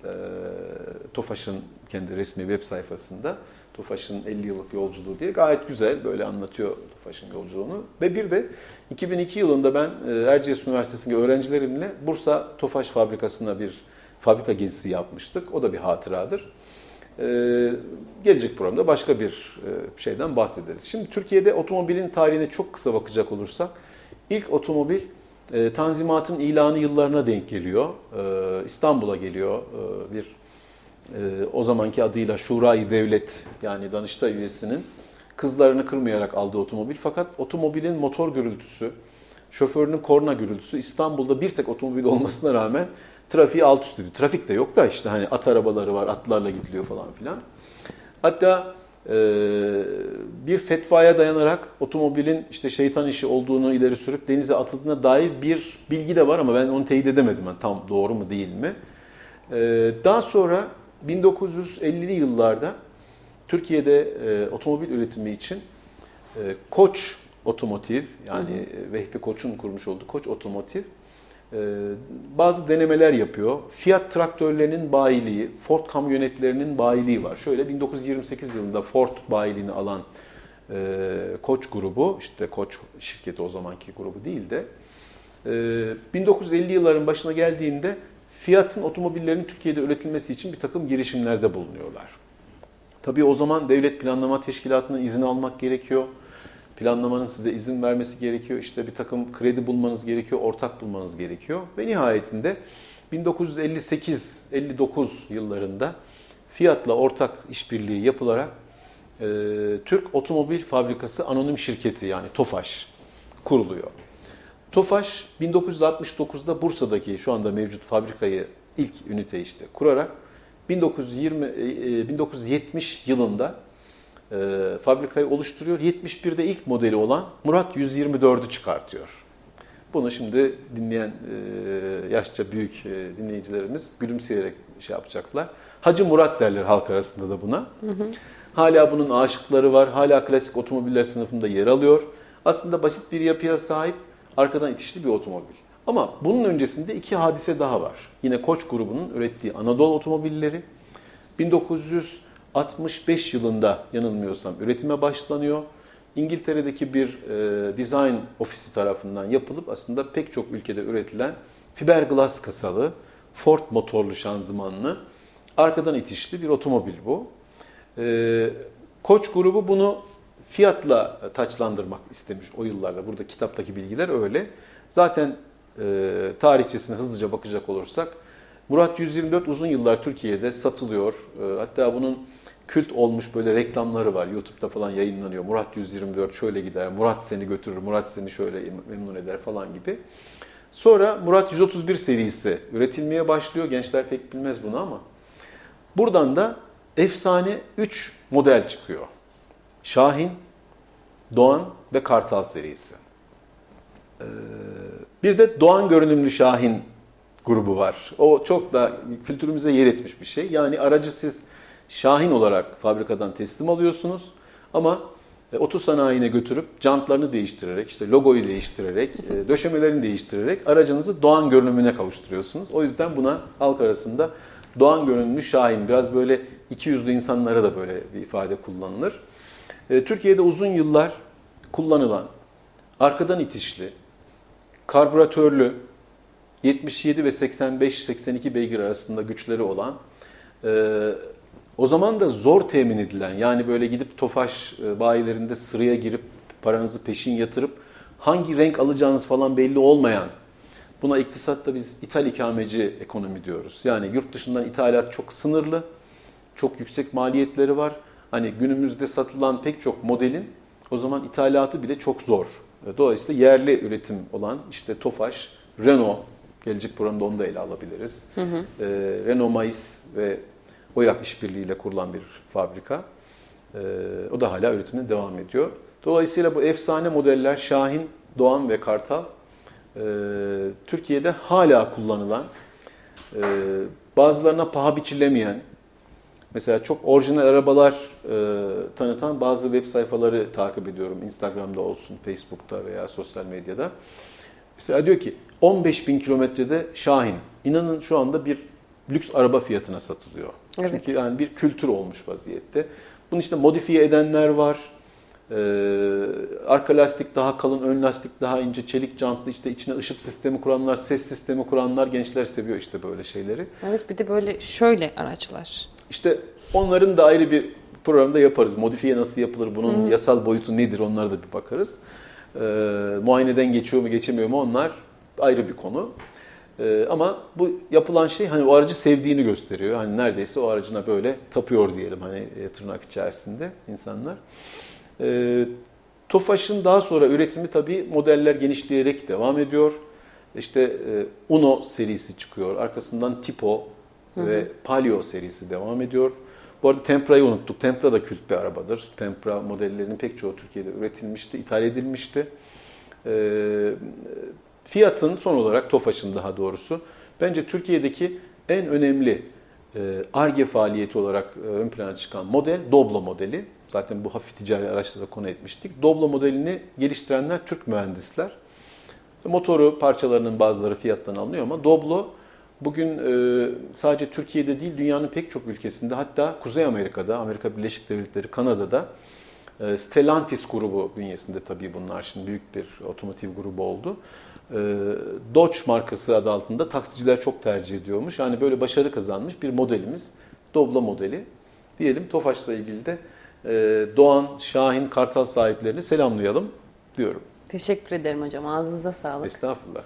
Tofaş'ın kendi resmi web sayfasında. Tofaş'ın elli yıllık yolculuğu diye gayet güzel böyle anlatıyor Tofaş'ın yolculuğunu. Ve bir de iki bin iki yılında ben Erciyes Üniversitesi'nde öğrencilerimle Bursa Tofaş fabrikasına bir fabrika gezisi yapmıştık. O da bir hatıradır. Ee, gelecek programda başka bir şeyden bahsederiz. Şimdi Türkiye'de otomobilin tarihine çok kısa bakacak olursak ilk otomobil e, Tanzimat'ın ilanı yıllarına denk geliyor. E, İstanbul'a geliyor e, bir Ee, o zamanki adıyla Şura-i Devlet yani Danıştay üyesinin kızlarını kırmayarak aldığı otomobil. Fakat otomobilin motor gürültüsü, şoförünün korna gürültüsü İstanbul'da bir tek otomobil olmasına rağmen trafiği alt üst ediyor. Trafik de yok da işte hani at arabaları var, atlarla gidiliyor falan filan. Hatta e, bir fetvaya dayanarak otomobilin işte şeytan işi olduğunu ileri sürüp denize atıldığına dair bir bilgi de var ama ben onu teyit edemedim. Yani tam doğru mu değil mi? E, daha sonra bin dokuz yüz ellili yıllarda Türkiye'de e, otomobil üretimi için e, Koç Otomotiv yani hı hı. Vehbi Koç'un kurmuş olduğu Koç Otomotiv e, bazı denemeler yapıyor. Fiat traktörlerinin bayiliği, Ford kamyonetlerinin bayiliği var. Şöyle bin dokuz yüz yirmi sekiz yılında Ford bayiliğini alan e, Koç grubu, işte Koç şirketi o zamanki grubu değil de e, bin dokuz yüz elli yılların başına geldiğinde Fiat'ın otomobillerinin Türkiye'de üretilmesi için bir takım girişimlerde bulunuyorlar. Tabii o zaman Devlet Planlama Teşkilatı'nın izin almak gerekiyor. Planlamanın size izin vermesi gerekiyor. İşte bir takım kredi bulmanız gerekiyor, ortak bulmanız gerekiyor. Ve nihayetinde bin dokuz yüz elli sekiz elli dokuz yıllarında Fiat'la ortak işbirliği yapılarak e, Türk Otomobil Fabrikası Anonim Şirketi yani Tofaş kuruluyor. Tofaş bin dokuz yüz altmış dokuzda Bursa'daki şu anda mevcut fabrikayı ilk ünite işte kurarak bin dokuz yüz yirmi bin dokuz yüz yetmiş yılında e, fabrikayı oluşturuyor. yetmiş birde ilk modeli olan Murat yüz yirmi dördü çıkartıyor. Bunu şimdi dinleyen e, yaşça büyük e, dinleyicilerimiz gülümseyerek şey yapacaklar. Hacı Murat derler halk arasında da buna. Hı hı. Hala bunun aşıkları var. Hala klasik otomobiller sınıfında yer alıyor. Aslında basit bir yapıya sahip. Arkadan itişli bir otomobil. Ama bunun öncesinde iki hadise daha var. Yine Koç grubunun ürettiği Anadolu otomobilleri. bin dokuz yüz altmış beş yılında yanılmıyorsam üretime başlanıyor. İngiltere'deki bir e, design ofisi tarafından yapılıp aslında pek çok ülkede üretilen fiberglass kasalı, Ford motorlu şanzımanlı, arkadan itişli bir otomobil bu. E, Koç grubu bunu Fiat'la taçlandırmak istemiş o yıllarda. Burada kitaptaki bilgiler öyle. Zaten e, tarihçesine hızlıca bakacak olursak Murat yüz yirmi dört uzun yıllar Türkiye'de satılıyor. E, hatta bunun kült olmuş böyle reklamları var. YouTube'da falan yayınlanıyor. Murat yüz yirmi dört şöyle gider, Murat seni götürür, Murat seni şöyle memnun eder falan gibi. Sonra Murat yüz otuz bir serisi üretilmeye başlıyor. Gençler pek bilmez bunu ama. Buradan da efsane üç model çıkıyor. Şahin, Doğan ve Kartal serisi. Bir de Doğan görünümlü Şahin grubu var. O çok da kültürümüze yer etmiş bir şey. Yani aracı siz Şahin olarak fabrikadan teslim alıyorsunuz ama otosanayine götürüp jantlarını değiştirerek, işte logoyu değiştirerek, döşemelerini değiştirerek aracınızı Doğan görünümüne kavuşturuyorsunuz. O yüzden buna halk arasında Doğan görünümlü Şahin, biraz böyle iki yüzlü insanlara da böyle bir ifade kullanılır. Türkiye'de uzun yıllar kullanılan, arkadan itişli, karbüratörlü, yetmiş yedi ve seksen beş seksen iki beygir arasında güçleri olan, o zaman da zor temin edilen, yani böyle gidip Tofaş bayilerinde sıraya girip paranızı peşin yatırıp hangi renk alacağınız falan belli olmayan, buna iktisatta biz ithal ikameci ekonomi diyoruz. Yani yurt dışından ithalat çok sınırlı, çok yüksek maliyetleri var. Hani günümüzde satılan pek çok modelin o zaman ithalatı bile çok zor. Dolayısıyla yerli üretim olan işte Tofaş, Renault, gelecek programda onu da ele alabiliriz. Hı hı. Ee, Renault Mayıs ve OYAK işbirliğiyle kurulan bir fabrika. Ee, o da hala üretimine devam ediyor. Dolayısıyla bu efsane modeller Şahin, Doğan ve Kartal e, Türkiye'de hala kullanılan, e, bazılarına paha biçilemeyen, mesela çok orijinal arabalar e, tanıtan bazı web sayfaları takip ediyorum. Instagram'da olsun, Facebook'ta veya sosyal medyada. Mesela diyor ki on beş bin kilometrede Şahin. İnanın şu anda bir lüks araba fiyatına satılıyor. Evet. Çünkü yani bir kültür olmuş vaziyette. Bunu işte modifiye edenler var. Ee, arka lastik daha kalın, ön lastik daha ince, çelik jantlı, işte içine ışık sistemi kuranlar, ses sistemi kuranlar, gençler seviyor işte böyle şeyleri. Evet, bir de böyle şöyle araçlar. İşte onların da ayrı bir programda yaparız. Modifiye nasıl yapılır, bunun hmm. yasal boyutu nedir, onlara da bir bakarız. Ee, muayeneden geçiyor mu geçemiyor mu, onlar ayrı bir konu. Ee, ama bu yapılan şey hani o aracı sevdiğini gösteriyor. Hani neredeyse o aracına böyle tapıyor diyelim hani tırnak içerisinde insanlar. Ee, Tofaş'ın daha sonra üretimi tabii modeller genişleyerek devam ediyor. İşte e, Uno serisi çıkıyor. Arkasından Tipo hı-hı. ve Palio serisi devam ediyor. Bu arada Tempra'yı unuttuk. Tempra da kült bir arabadır. Tempra modellerinin pek çoğu Türkiye'de üretilmişti, ithal edilmişti. Ee, Fiat'ın son olarak, Tofaş'ın daha doğrusu, bence Türkiye'deki en önemli Ar-Ge faaliyeti olarak ön plana çıkan model Doblo modeli. Zaten bu hafif ticari araçlara konu etmiştik. Doblo modelini geliştirenler Türk mühendisler. Motoru parçalarının bazıları Fiat'tan alınıyor ama Doblo bugün sadece Türkiye'de değil, dünyanın pek çok ülkesinde, hatta Kuzey Amerika'da, Amerika Birleşik Devletleri, Kanada'da Stellantis grubu bünyesinde tabii bunlar şimdi büyük bir otomotiv grubu oldu. Dodge markası adı altında taksiciler çok tercih ediyormuş. Yani böyle başarı kazanmış bir modelimiz Doblo modeli. Diyelim Tofaş'la ilgili de Doğan, Şahin, Kartal sahiplerini selamlayalım diyorum. Teşekkür ederim hocam. Ağzınıza sağlık. Estağfurullah.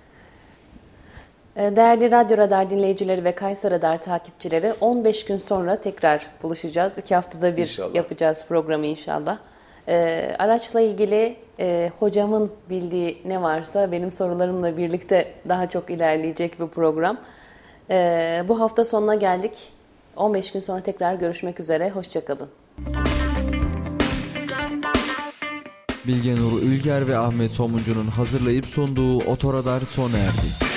Değerli Radyo Radar dinleyicileri ve Kayser Radar takipçileri, on beş gün sonra tekrar buluşacağız. İki haftada bir inşallah yapacağız programı inşallah. Ee, araçla ilgili e, hocamın bildiği ne varsa benim sorularımla birlikte daha çok ilerleyecek bir program. Ee, bu hafta sonuna geldik. on beş gün sonra tekrar görüşmek üzere. Hoşçakalın. Bilge Nur Ülger ve Ahmet Somuncu'nun hazırlayıp sunduğu Otoradar sona erdi.